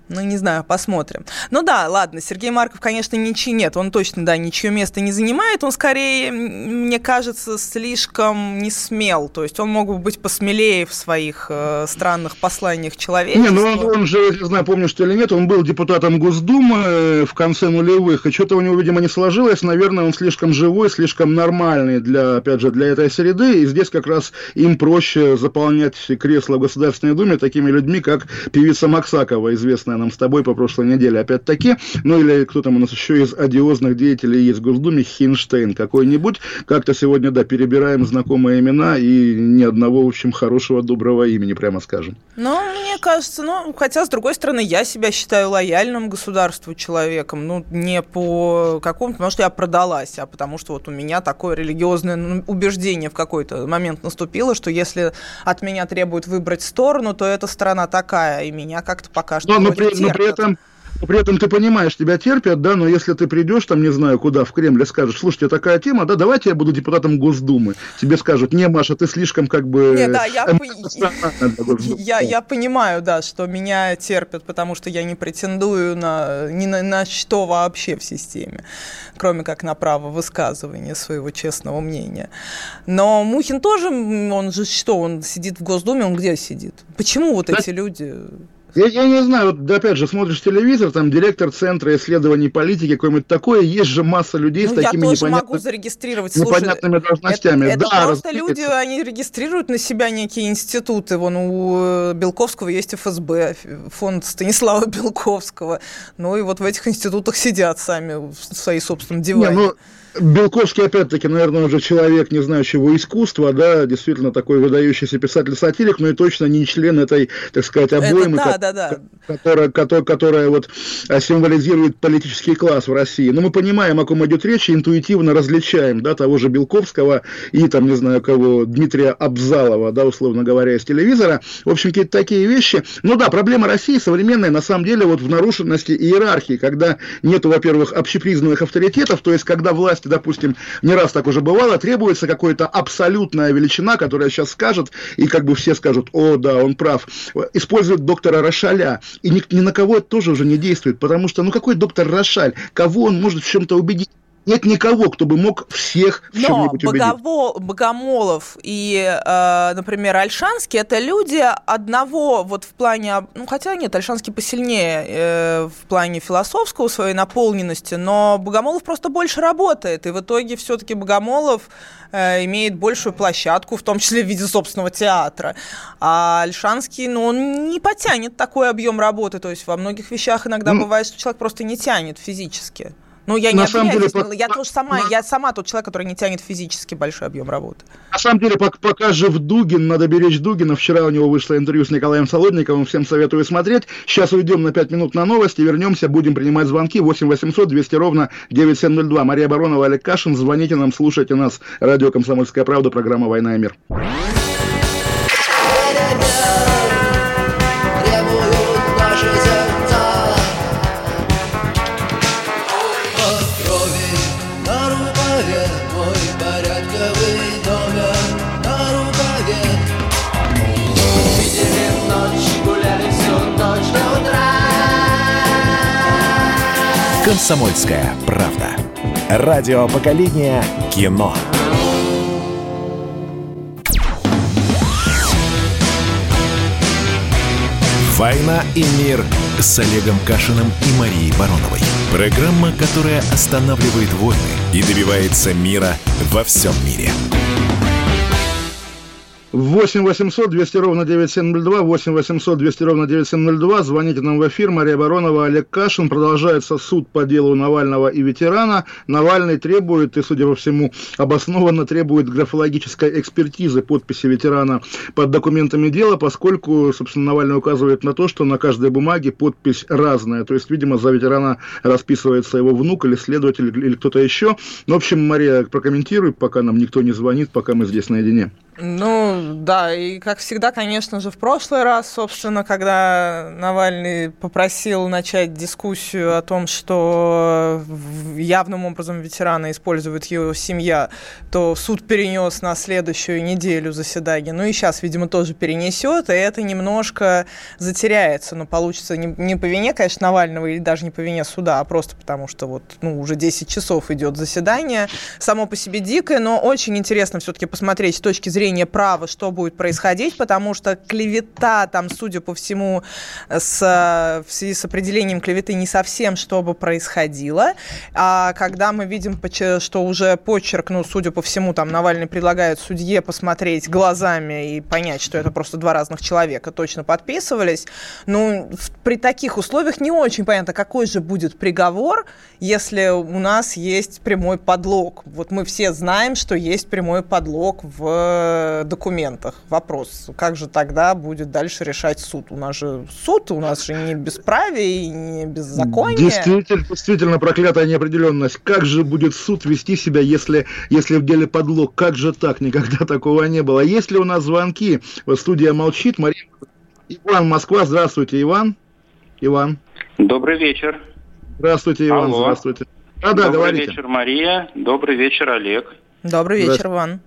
Ну, не знаю, посмотрим. Ну да, ладно, Сергей Марков, конечно, ничьи нет. Он точно, да, ничье место не занимает. Он скорее, мне кажется, слишком не смел. То есть он мог бы быть посмелее в своих э, странных посланиях человечеству. Не, ну он, он же, не знаю, помнишь ты или нет, он был депутатом Госдумы в конце нулевых, и что-то у него, видимо, не сложилось. Наверное, он слишком живой, слишком нормальный для, опять же, для этой среды. И здесь как раз им проще заполнять кресла в Государственной Думе такими людьми, как певица Максакова, известная нам с тобой по прошлой неделе, опять-таки, ну или кто там у нас еще из одиозных деятелей есть в Госдуме, Хинштейн какой-нибудь, как-то сегодня, да, перебираем знакомые имена и ни одного, в общем, хорошего, доброго имени, прямо скажем. Ну, мне кажется, ну, хотя, с другой стороны, я себя считаю лояльным государству человеком, ну, не по какому-то, потому что я продалась, а потому что вот у меня такое религиозное убеждение в какой-то момент наступило, что если от меня требуют выбрать сторону, то эта сторона такая, и меня как-то пока что но, при, но при этом При этом ты понимаешь, тебя терпят, да, но если ты придешь, там, не знаю, куда, в Кремль, и скажешь, слушайте, такая тема, да, давайте я буду депутатом Госдумы. Тебе скажут, не, Маша, ты слишком как бы... Не, да, я, я, я понимаю, да, что меня терпят, потому что я не претендую на, ни на, на что вообще в системе, кроме как на право высказывания своего честного мнения. Но Мухин тоже, он же что, он сидит в Госдуме, он где сидит? Почему вот эти люди... Я, я не знаю, вот опять же, смотришь телевизор, там директор Центра исследований политики, какое-нибудь такое, есть же масса людей ну, с такими непонятными, непонятными, могу зарегистрировать. Слушай, непонятными должностями. Это, это да, просто люди, они регистрируют на себя некие институты. Вон у Белковского есть эф эс бэ, фонд Станислава Белковского. Ну и вот в этих институтах сидят сами в своей собственном диване. Не, ну... Белковский, опять-таки, наверное, уже человек, не знающего искусства, да, действительно такой выдающийся писатель-сатирик, но и точно не член этой, так сказать, обоймы, Это, да, да, да. Которая, которая, которая вот символизирует политический класс в России. Но мы понимаем, о ком идет речь, и интуитивно различаем, да, того же Белковского и, там, не знаю, кого, Дмитрия Абзалова, да, условно говоря, из телевизора. В общем, какие-то такие вещи. Ну да, проблема России современная, на самом деле, вот в нарушенности иерархии, когда нету, во-первых, общепризнанных авторитетов, то есть, когда власть, допустим, не раз так уже бывало, требуется какая-то абсолютная величина, которая сейчас скажет, и как бы все скажут, о, да, он прав, используют доктора Рошаля, и ни, ни на кого это тоже уже не действует, потому что, ну какой доктор Рошаль, кого он может в чем-то убедить? Нет никого, кто бы мог всех в чем-нибудь убедить. Но Богомолов и, э, например, Ольшанский – это люди одного вот в плане… Ну, хотя нет, Ольшанский посильнее э, в плане философского своей наполненности, но Богомолов просто больше работает, и в итоге все-таки Богомолов э, имеет большую площадку, в том числе в виде собственного театра. А Ольшанский, ну, он не потянет такой объем работы, то есть во многих вещах иногда mm. бывает, что человек просто не тянет физически. Ну, я не обвиняю, деле, я, тоже сама, я сама тот человек, который не тянет физически большой объем работы. На самом деле, пока жив Дугин, надо беречь Дугина. Вчера у него вышло интервью с Николаем Солодниковым, всем советую смотреть. Сейчас уйдем на пять минут на новости, вернемся, будем принимать звонки. восемь восемьсот двести ровно девять семь ноль два. Мария Баронова, Олег Кашин. Звоните нам, слушайте нас. Радио «Комсомольская правда», программа «Война и мир». «Комсомольская правда». Радио поколения кино. «Война и мир» с Олегом Кашиным и Марией Бароновой. Программа, которая останавливает войны и добивается мира во всем мире. восемь восемьсот двести ровно девять семь ноль два, восемь восемьсот двести ровно девять семь ноль два. Звоните нам в эфир. Мария Баронова, Олег Кашин. Продолжается суд по делу Навального и ветерана. Навальный требует, и, судя по всему, обоснованно требует графологической экспертизы подписи ветерана под документами дела, поскольку, собственно, Навальный указывает на то, что на каждой бумаге подпись разная. То есть, видимо, за ветерана расписывается его внук или следователь или кто-то еще. Ну, в общем, Мария, прокомментируй, пока нам никто не звонит, пока мы здесь наедине. Ну, да, и как всегда, конечно же, в прошлый раз, собственно, когда Навальный попросил начать дискуссию о том, что явным образом ветерана использует его семья, то суд перенес на следующую неделю заседание. Ну и сейчас, видимо, тоже перенесет, и это немножко затеряется. Но получится не, не по вине, конечно, Навального, или даже не по вине суда, а просто потому, что вот, ну, уже десять часов идет заседание. Само по себе дикое, но очень интересно все-таки посмотреть с точки зрения права, что будет происходить, потому что клевета там, судя по всему, с, в связи с определением клеветы не совсем чтобы происходило. А когда мы видим, что уже почерк, ну, судя по всему, там Навальный предлагает судье посмотреть глазами и понять, что это просто два разных человека, точно подписывались, ну, при таких условиях не очень понятно, какой же будет приговор, если у нас есть прямой подлог. Вот мы все знаем, что есть прямой подлог в документах. Вопрос, как же тогда будет дальше решать суд? У нас же суд, у нас же не бесправие и не беззаконие. Действительно, действительно проклятая неопределенность. Как же будет суд вести себя, если, если в деле подлог? Как же так? Никогда такого не было. Есть ли у нас звонки? Студия молчит. Мария... Иван, Москва. Здравствуйте, Иван. Иван. Добрый вечер. Здравствуйте, Иван. Алло. Здравствуйте. А, да, Добрый говорите. вечер, Мария. Добрый вечер, Олег. Добрый вечер, Иван.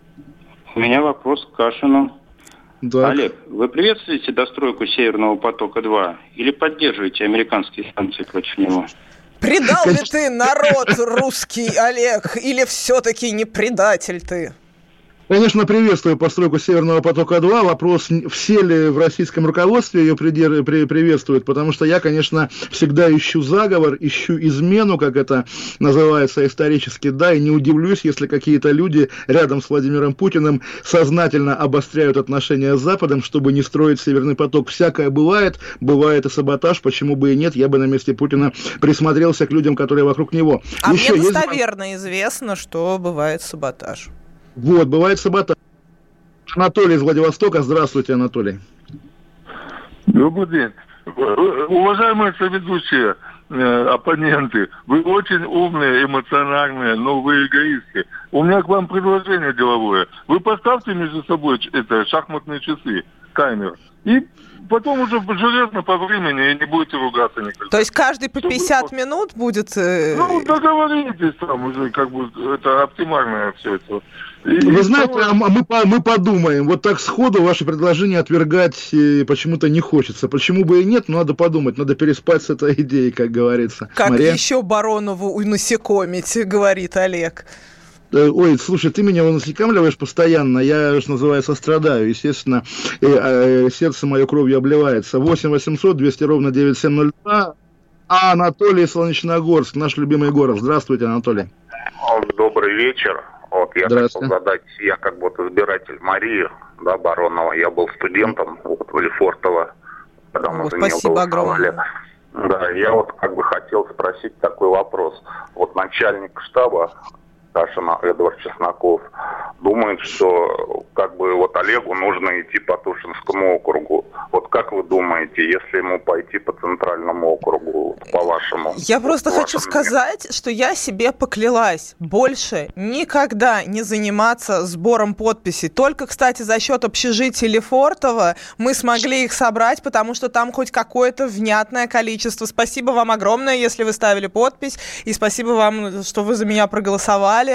У меня вопрос к Кашину. Да. Олег, вы приветствуете достройку Северного потока-два или поддерживаете американские санкции против него? Предал ли ты народ русский, Олег, или все-таки не предатель ты? Конечно, приветствую постройку Северного потока-два. Вопрос, все ли в российском руководстве ее придер... при... приветствуют, потому что я, конечно, всегда ищу заговор, ищу измену, как это называется исторически, да, и не удивлюсь, если какие-то люди рядом с Владимиром Путиным сознательно обостряют отношения с Западом, чтобы не строить Северный поток. Всякое бывает, бывает и саботаж, почему бы и нет, я бы на месте Путина присмотрелся к людям, которые вокруг него. А Еще мне есть... достоверно известно, что бывает саботаж. Вот, бывает саботаж. Анатолий из Владивостока. Здравствуйте, Анатолий. Добрый день. Уважаемые соведущие, э, оппоненты, вы очень умные, эмоциональные, но вы эгоисты. У меня к вам предложение деловое. Вы поставьте между собой это, шахматные часы, таймер, и потом уже железно по времени, и не будете ругаться никогда. То есть каждый по пятьдесят минут будет... Э... Ну, договоритесь там уже, как бы, это оптимальное все это. И, Вы и знаете, второе... а мы, мы подумаем. Вот так сходу ваше предложение отвергать почему-то не хочется. Почему бы и нет, но надо подумать, надо переспать с этой идеей, как говорится. Как Мария? еще Баронову насекомить, говорит Олег. Ой, слушай, ты меня насекомливаешь постоянно, я, что называется, страдаю, естественно, и, э, сердце мое кровью обливается. восемь восемьсот двести ровно девять семь ноль два. А Анатолий, Солнечногорск, наш любимый город. Здравствуйте, Анатолий. Добрый вечер. Вот я хотел задать, я как будто избиратель Марии, да, Баронова, я был студентом вот, в Лефортово, когда мы за нее голосовали. Да, я вот как бы хотел спросить такой вопрос. Вот начальник штаба Кашина Эдвард Чесноков думает, что как бы вот Олегу нужно идти по Тушинскому округу. Вот как вы думаете, если ему пойти по Центральному округу, по-вашему? Я просто по хочу сказать, что я себе поклялась больше никогда не заниматься сбором подписей. Только, кстати, за счет общежития Лефортово мы смогли их собрать, потому что там хоть какое-то внятное количество. Спасибо вам огромное, если вы ставили подпись, и спасибо вам, что вы за меня проголосовали.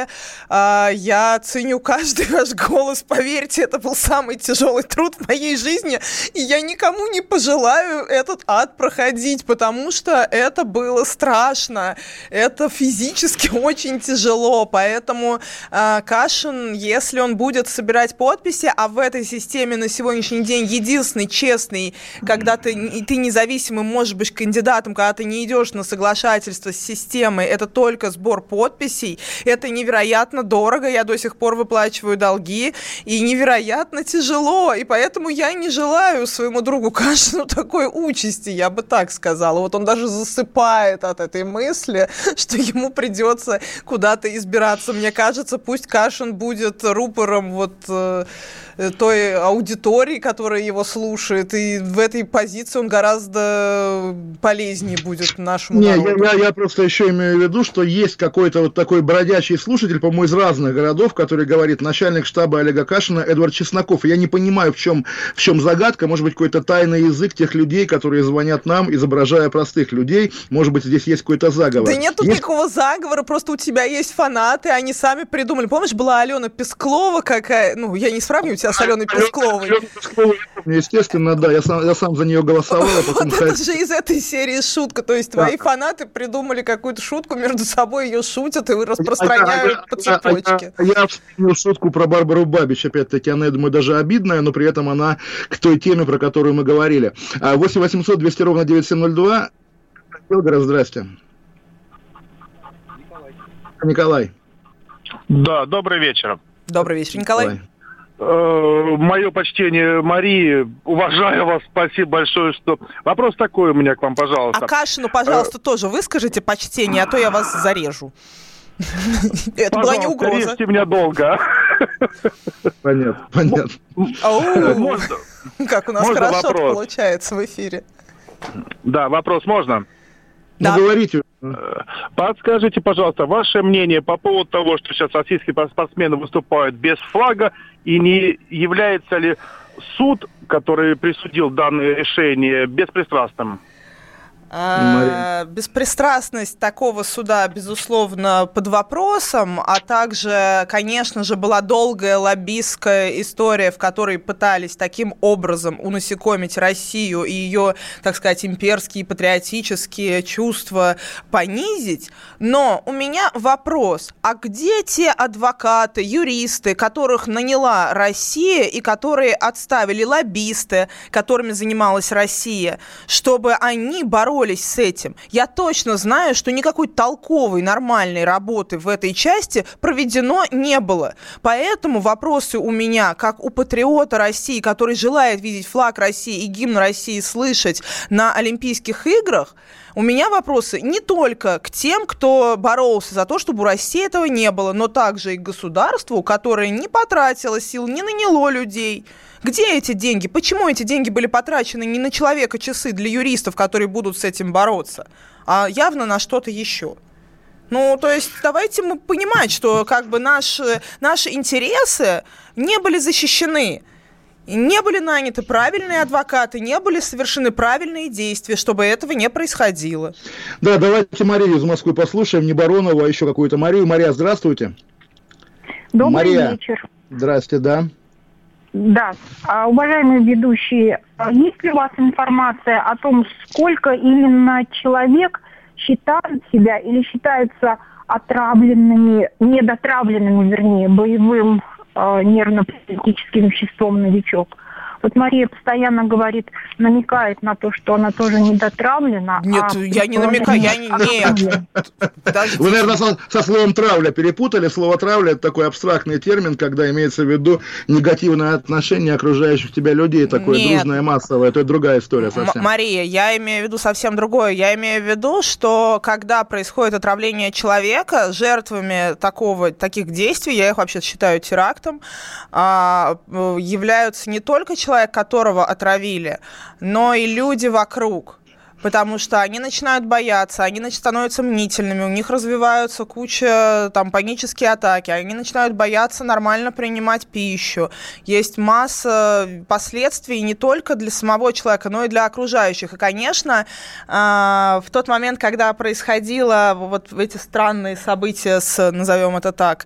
Я ценю каждый ваш голос, поверьте, это был самый тяжелый труд в моей жизни, и я никому не пожелаю этот ад проходить, потому что это было страшно, это физически очень тяжело, поэтому Кашин, если он будет собирать подписи, а в этой системе на сегодняшний день единственный честный, когда ты, ты независимым можешь быть кандидатом, когда ты не идешь на соглашательство с системой, это только сбор подписей, это невероятно дорого, я до сих пор выплачиваю долги, и невероятно тяжело, и поэтому я не желаю своему другу Кашину такой участи, я бы так сказала. Вот он даже засыпает от этой мысли, что ему придется куда-то избираться. Мне кажется, пусть Кашин будет рупором вот той аудитории, которая его слушает, и в этой позиции он гораздо полезнее будет нашему Не, народу. Я, я, я просто еще имею в виду, что есть какой-то вот такой бродячий слушатель, по-моему, из разных городов, который говорит: начальник штаба Олега Кашина Эдвард Чесноков. Я не понимаю, в чем, в чем загадка. Может быть, какой-то тайный язык тех людей, которые звонят нам, изображая простых людей. Может быть, здесь есть какой-то заговор. Да нет тут есть... никакого заговора, просто у тебя есть фанаты, они сами придумали. Помнишь, была Алена Песклова какая? Ну, я не сравниваю тебя с Аленой Пескловой. Алена Песклова, естественно, да, я сам, я сам за нее голосовал. Вот это же из этой серии шутка. То есть твои фанаты придумали какую-то шутку, между собой ее шутят и распространяют по цепочке. Я вспомнил шутку про Барбару Бабич, опять-таки, она, я думаю, даже обидная, но при этом она к той теме, про которую мы говорили. восемь восемьсот двести ровно девяносто семь ноль два. Белгород, здрасте. Николай. Да, добрый вечер. Добрый вечер, Николай. Мое почтение Марии, уважаю вас, спасибо большое, что... Вопрос такой у меня к вам, пожалуйста. А Кашину, пожалуйста, тоже выскажите почтение, а то я вас зарежу. Это была не угроза. Режьте меня долго. Понятно, понятно. Как у нас хорошо получается в эфире. Да, вопрос можно? Ну, говорите. Подскажите, пожалуйста, ваше мнение по поводу того, что сейчас российские спортсмены выступают без флага, и не является ли суд, который присудил данное решение, беспристрастным? А, беспристрастность такого суда, безусловно, под вопросом, а также, конечно же, была долгая лоббистская история, в которой пытались таким образом унасекомить Россию и ее, так сказать, имперские патриотические чувства понизить. Но у меня вопрос, а где те адвокаты, юристы, которых наняла Россия и которые отставили лоббисты, которыми занималась Россия, чтобы они боролись с этим? Я точно знаю, что никакой толковой, нормальной работы в этой части проведено не было. Поэтому вопросы у меня, как у патриота России, который желает видеть флаг России и гимн России слышать на Олимпийских играх, у меня вопросы не только к тем, кто боролся за то, чтобы у России этого не было, но также и к государству, которое не потратило сил, не наняло людей. Где эти деньги? Почему эти деньги были потрачены не на человека-часы для юристов, которые будут с этим бороться, а явно на что-то еще? Ну, то есть давайте мы понимать, что как бы наши, наши интересы не были защищены. Не были наняты правильные адвокаты, не были совершены правильные действия, чтобы этого не происходило. Да, давайте Марию из Москвы послушаем, не Баронову, а еще какую-то Марию. Мария, здравствуйте. Добрый Мария. вечер. Здрасте, да. Да, а, уважаемые ведущие, есть ли у вас информация о том, сколько именно человек считают себя или считаются отравленными, недотравленными, вернее, боевым э, нервно-паралитическим веществом «Новичок»? Вот Мария постоянно говорит, намекает на то, что она тоже недотравлена. Нет, а я не намекаю, я не... Нет. Вы, наверное, со, со словом «травля» перепутали. Слово «травля» — это такой абстрактный термин, когда имеется в виду негативное отношение окружающих тебя людей, такое Нет. дружное, массовое. Это другая история совсем. М- Мария, я имею в виду совсем другое. Я имею в виду, что когда происходит отравление человека, жертвами такого, таких действий, я их вообще считаю терактом, а, являются не только человек, человек, которого отравили, но и люди вокруг. Потому что они начинают бояться, они становятся мнительными, у них развиваются куча там, панические атаки, они начинают бояться нормально принимать пищу. Есть масса последствий не только для самого человека, но и для окружающих. И, конечно, в тот момент, когда происходило вот эти странные события с, назовем это так,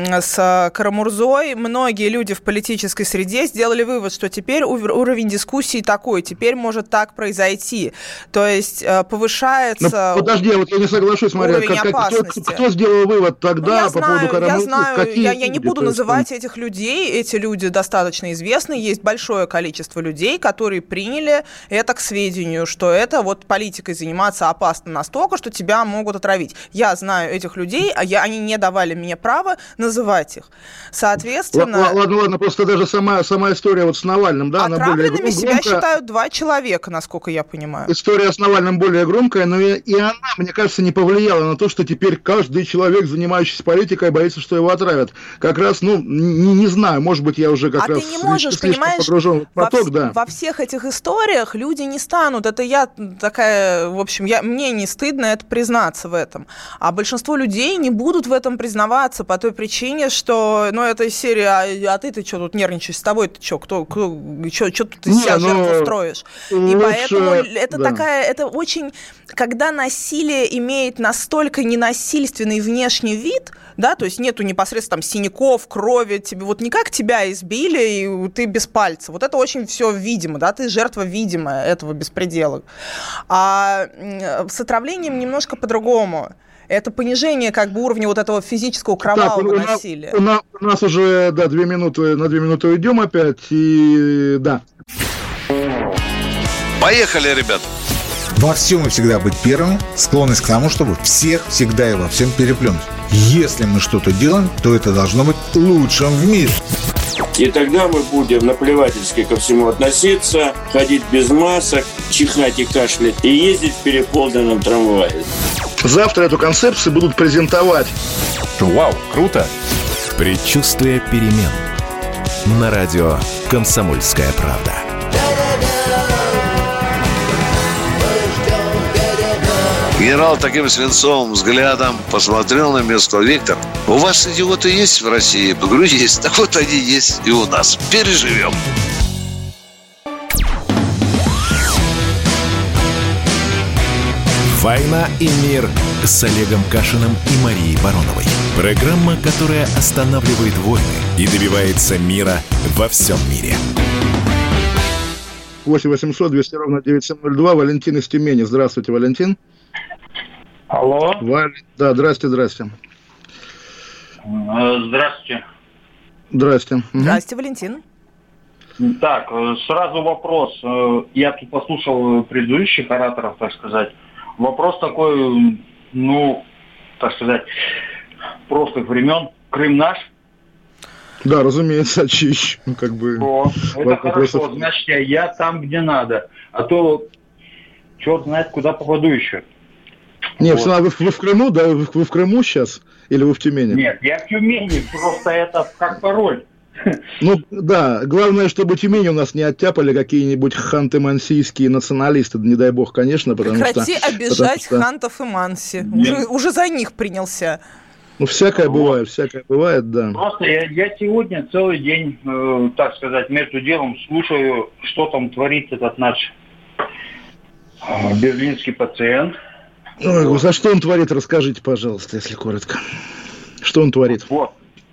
с Карамурзой, многие люди в политической среде сделали вывод, что теперь уровень дискуссии такой, теперь может так произойти. То есть повышается ну, подожди, вот я не соглашусь, Мария, уровень как, опасности. Кто, кто сделал вывод тогда ну, по знаю, поводу Карамурзы? Я знаю, Какие я, я не люди, буду есть, называть этих людей, эти люди достаточно известны, есть большое количество людей, которые приняли это к сведению, что это вот политикой заниматься опасно настолько, что тебя могут отравить. Я знаю этих людей, а я, они не давали мне права называть их. Соответственно... Ладно, ладно, ладно, просто даже сама, сама история вот с Навальным, да, она более отравленными себя считают два человека, насколько я понимаю. История история с Навальным более громкая, но и, и она, мне кажется, не повлияла на то, что теперь каждый человек, занимающийся политикой, боится, что его отравят. Как раз, ну, не, не знаю, может быть, я уже как а раз ты не можешь, слишком понимаешь, погружен в поток, во, да. во всех этих историях люди не станут. Это я такая, в общем, я, мне не стыдно это признаться в этом. А большинство людей не будут в этом признаваться по той причине, что, ну, это серия, а, а ты-то что тут нервничаешь, с тобой-то что, кто, кто, что, что тут из себя не, жертву ну, строишь? лучше, И поэтому это да. такая, это очень, когда насилие имеет настолько ненасильственный внешний вид, да, то есть нету непосредственно там синяков, крови, тебе вот не как тебя избили, и ты без пальца. Вот это очень все видимо, да, ты жертва видимая этого беспредела. А с отравлением немножко по-другому. Это понижение как бы уровня вот этого физического кровавого так, насилия. У нас, у нас уже, да, две минуты, на две минуты уйдем опять, и да. Поехали, ребят. Во всем и всегда быть первым, склонность к тому, чтобы всех всегда и во всем переплюнуть. Если мы что-то делаем, то это должно быть лучшим в мире. И тогда мы будем наплевательски ко всему относиться, ходить без масок, чихать и кашлять, и ездить в переполненном трамвае. Завтра эту концепцию будут презентовать. Вау, круто! Предчувствие перемен. На радио «Комсомольская правда». Генерал таким свинцовым взглядом посмотрел на меня и сказал: Виктор, у вас идиоты есть в России? Я говорю, есть. Так вот они есть и у нас. Переживем. «Война и мир» с Олегом Кашиным и Марией Бароновой. Программа, которая останавливает войны и добивается мира во всем мире. восемь восемьсот двести ровно девять семь ноль два. Валентин из Тюмени. Здравствуйте, Валентин. Алло. Валь... Да, здрасте, здрасте. Здравствуйте. Здрасте. Здрасте, Валентин. Так, сразу вопрос. Я тут послушал предыдущих ораторов, так сказать. Вопрос такой, ну, так сказать, прошлых времен. Крым наш? Да, разумеется, очищу. Как бы... О, это хорошо, значит, я, я там, где надо. А то черт знает, куда попаду еще. Нет, вот. вы, вы в Крыму, да? Вы, вы в Крыму сейчас? Или вы в Тюмени? Нет, я в Тюмени, просто это как пароль. Ну, да, главное, чтобы Тюмень у нас не оттяпали какие-нибудь ханты-мансийские националисты, не дай бог, конечно, потому Прекрати что... обижать потому что... хантов и манси, уже, уже за них принялся. Ну, всякое вот. бывает, всякое бывает, да. Просто я, я сегодня целый день, э, так сказать, между делом слушаю, что там творит этот наш э, берлинский пациент. Ой, вот. За что он творит, расскажите, пожалуйста, если коротко. Что он творит? Вот.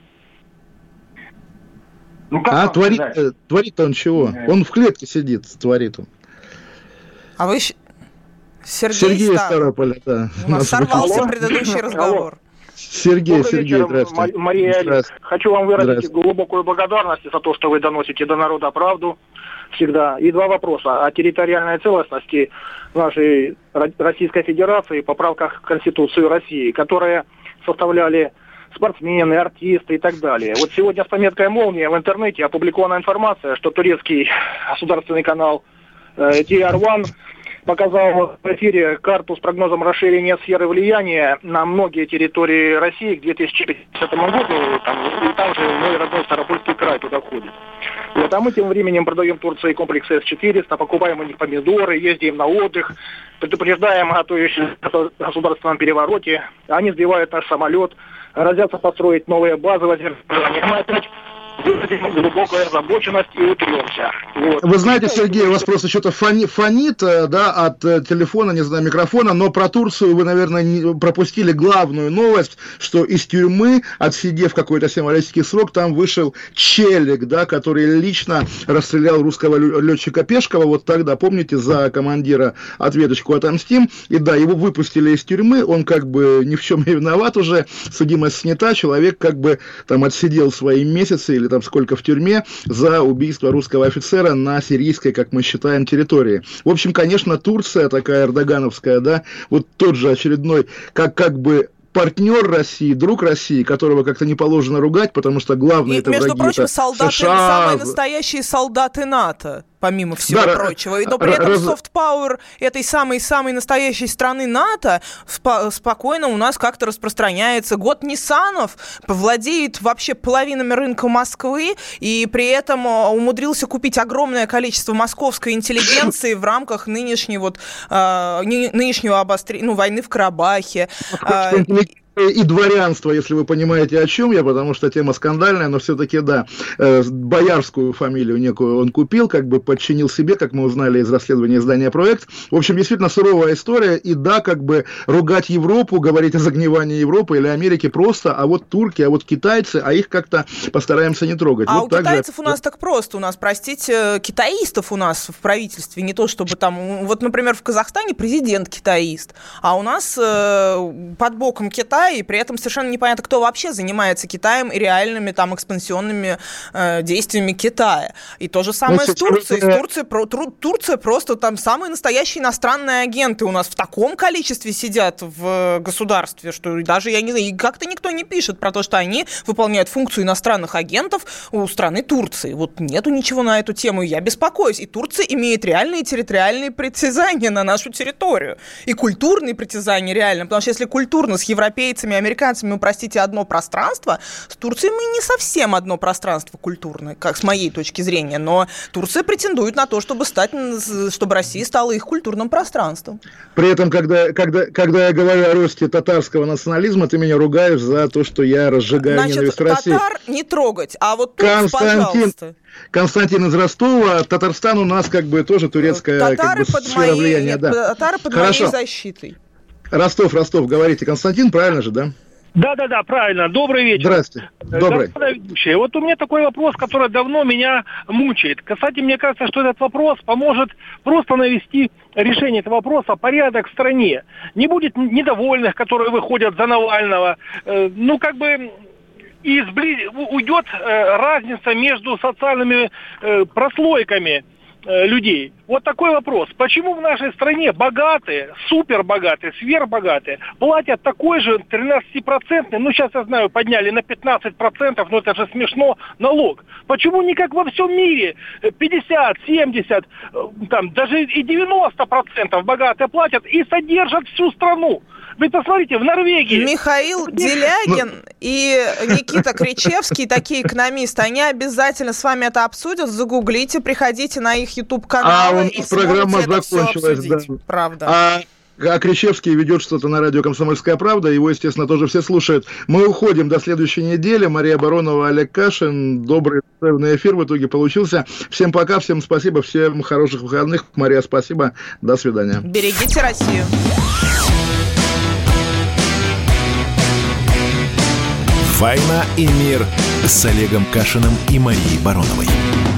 Ну, а, творит, э, творит-то он чего? Нет. Он в клетке сидит, творит он. А вы... Сергей, Сергей Стар... Ставрополя, да. У нас сорвался предыдущий разговор. Сергей, Добрый Сергей, вечер, здравствуйте. Мария Эльвира. Хочу вам выразить глубокую благодарность за то, что вы доносите до народа правду всегда. И два вопроса о территориальной целостности нашей Российской Федерации, поправках к Конституции России, которые составляли спортсмены, артисты и так далее. Вот сегодня с пометкой «Молния» в интернете опубликована информация, что турецкий государственный канал э, ти ар один показал в эфире карту с прогнозом расширения сферы влияния на многие территории России к две тысячи пятидесятому году, там, и там же мой родной Ставропольский край туда входит. Вот, а мы тем временем продаем Турции комплексы эс четыреста, покупаем у них помидоры, ездим на отдых, предупреждаем о готовящемся государственном перевороте, они сбивают наш самолет, грозятся построить новые базы возерцания. Мы опять выразим глубокую озабоченность и утремся. Вот. Вы знаете, Сергей, у вас просто что-то фони, фонит, да, от телефона, не знаю, микрофона, но про Турцию вы, наверное, не пропустили главную новость, что из тюрьмы, отсидев какой-то символический срок, там вышел Челик, да, который лично расстрелял русского летчика Пешкова, вот тогда, помните, за командира «Ответочку отомстим», и да, его выпустили из тюрьмы, он как бы ни в чем не виноват уже, судимость снята, человек как бы там отсидел свои месяцы или там сколько в тюрьме за убийство русского офицера на сирийской, как мы считаем, территории. В общем, конечно, Турция такая эрдогановская, да, вот тот же очередной, как, как бы партнер России, друг России, которого как-то не положено ругать, потому что главное и, это между враги, прочим, это солдаты, США. Самые настоящие солдаты НАТО. помимо всего да, прочего. Но при этом soft power этой самой-самой настоящей страны НАТО спо- спокойно у нас как-то распространяется. Год Ниссанов владеет вообще половинами рынка Москвы и при этом умудрился купить огромное количество московской интеллигенции в рамках нынешней вот, э, нынешнего обострения, ну, войны в Карабахе. И дворянство, если вы понимаете, о чем я, потому что тема скандальная, но все-таки, да, э, боярскую фамилию некую он купил, как бы подчинил себе, как мы узнали из расследования издания «Проект». В общем, действительно суровая история, и да, как бы ругать Европу, говорить о загнивании Европы или Америки просто, а вот турки, а вот китайцы, а их как-то постараемся не трогать. А вот у китайцев же... у нас так просто, у нас, простите, китаистов у нас в правительстве, не то чтобы там, вот, например, в Казахстане президент китаист, а у нас э, под боком Китая, и при этом совершенно непонятно, кто вообще занимается Китаем и реальными там экспансионными э, действиями Китая. И то же самое ну, с Турцией. С Турцией про, Тур, Турция просто там самые настоящие иностранные агенты у нас в таком количестве сидят в государстве, что даже, я не знаю, и как-то никто не пишет про то, что они выполняют функцию иностранных агентов у страны Турции. Вот нету ничего на эту тему, и я беспокоюсь. И Турция имеет реальные территориальные притязания на нашу территорию. И культурные притязания реально, потому что если культурно с европейцами, американцами, мы, простите, одно пространство, с Турцией мы не совсем одно пространство культурное, как с моей точки зрения, но Турция претендует на то, чтобы стать, чтобы Россия стала их культурным пространством. При этом, когда, когда, когда я говорю о росте татарского национализма, ты меня ругаешь за то, что я разжигаю Значит, ненависть России. Татар не трогать, а вот тут, пожалуйста. Константин из Ростова. Татарстан у нас как бы тоже турецкая татары как бы, под сфера моей, влияния. нет, Да. Татары под Хорошо. моей защитой. Ростов, Ростов, говорите, Константин, правильно же, да? Да-да-да, правильно. Добрый вечер. Здравствуйте. Добрый. Вот у меня такой вопрос, который давно меня мучает. Кстати, мне кажется, что этот вопрос поможет просто навести решение этого вопроса, порядок в стране. Не будет недовольных, которые выходят за Навального. Ну, как бы... И сбли... уйдет разница между социальными прослойками людей. Вот такой вопрос. Почему в нашей стране богатые, супербогатые, сверхбогатые платят такой же тринадцатипроцентный, ну сейчас я знаю, подняли на пятнадцать процентов, но это же смешно, налог. Почему не как во всем мире пятьдесят, семьдесят, там, даже и девяносто процентов богатые платят и содержат всю страну? Вы посмотрите, в Норвегии... Михаил Делягин и Никита Кричевский, такие экономисты, они обязательно с вами это обсудят. Загуглите, приходите на их YouTube-каналы. А у нас программа закончилась, да. Правда. А... А Кричевский ведет что-то на радио «Комсомольская правда». Его, естественно, тоже все слушают. Мы уходим до следующей недели. Мария Баронова, Олег Кашин. Добрый эфир в итоге получился. Всем пока, всем спасибо, всем хороших выходных. Мария, спасибо. До свидания. Берегите Россию. «Война и мир» с Олегом Кашиным и Марией Бароновой.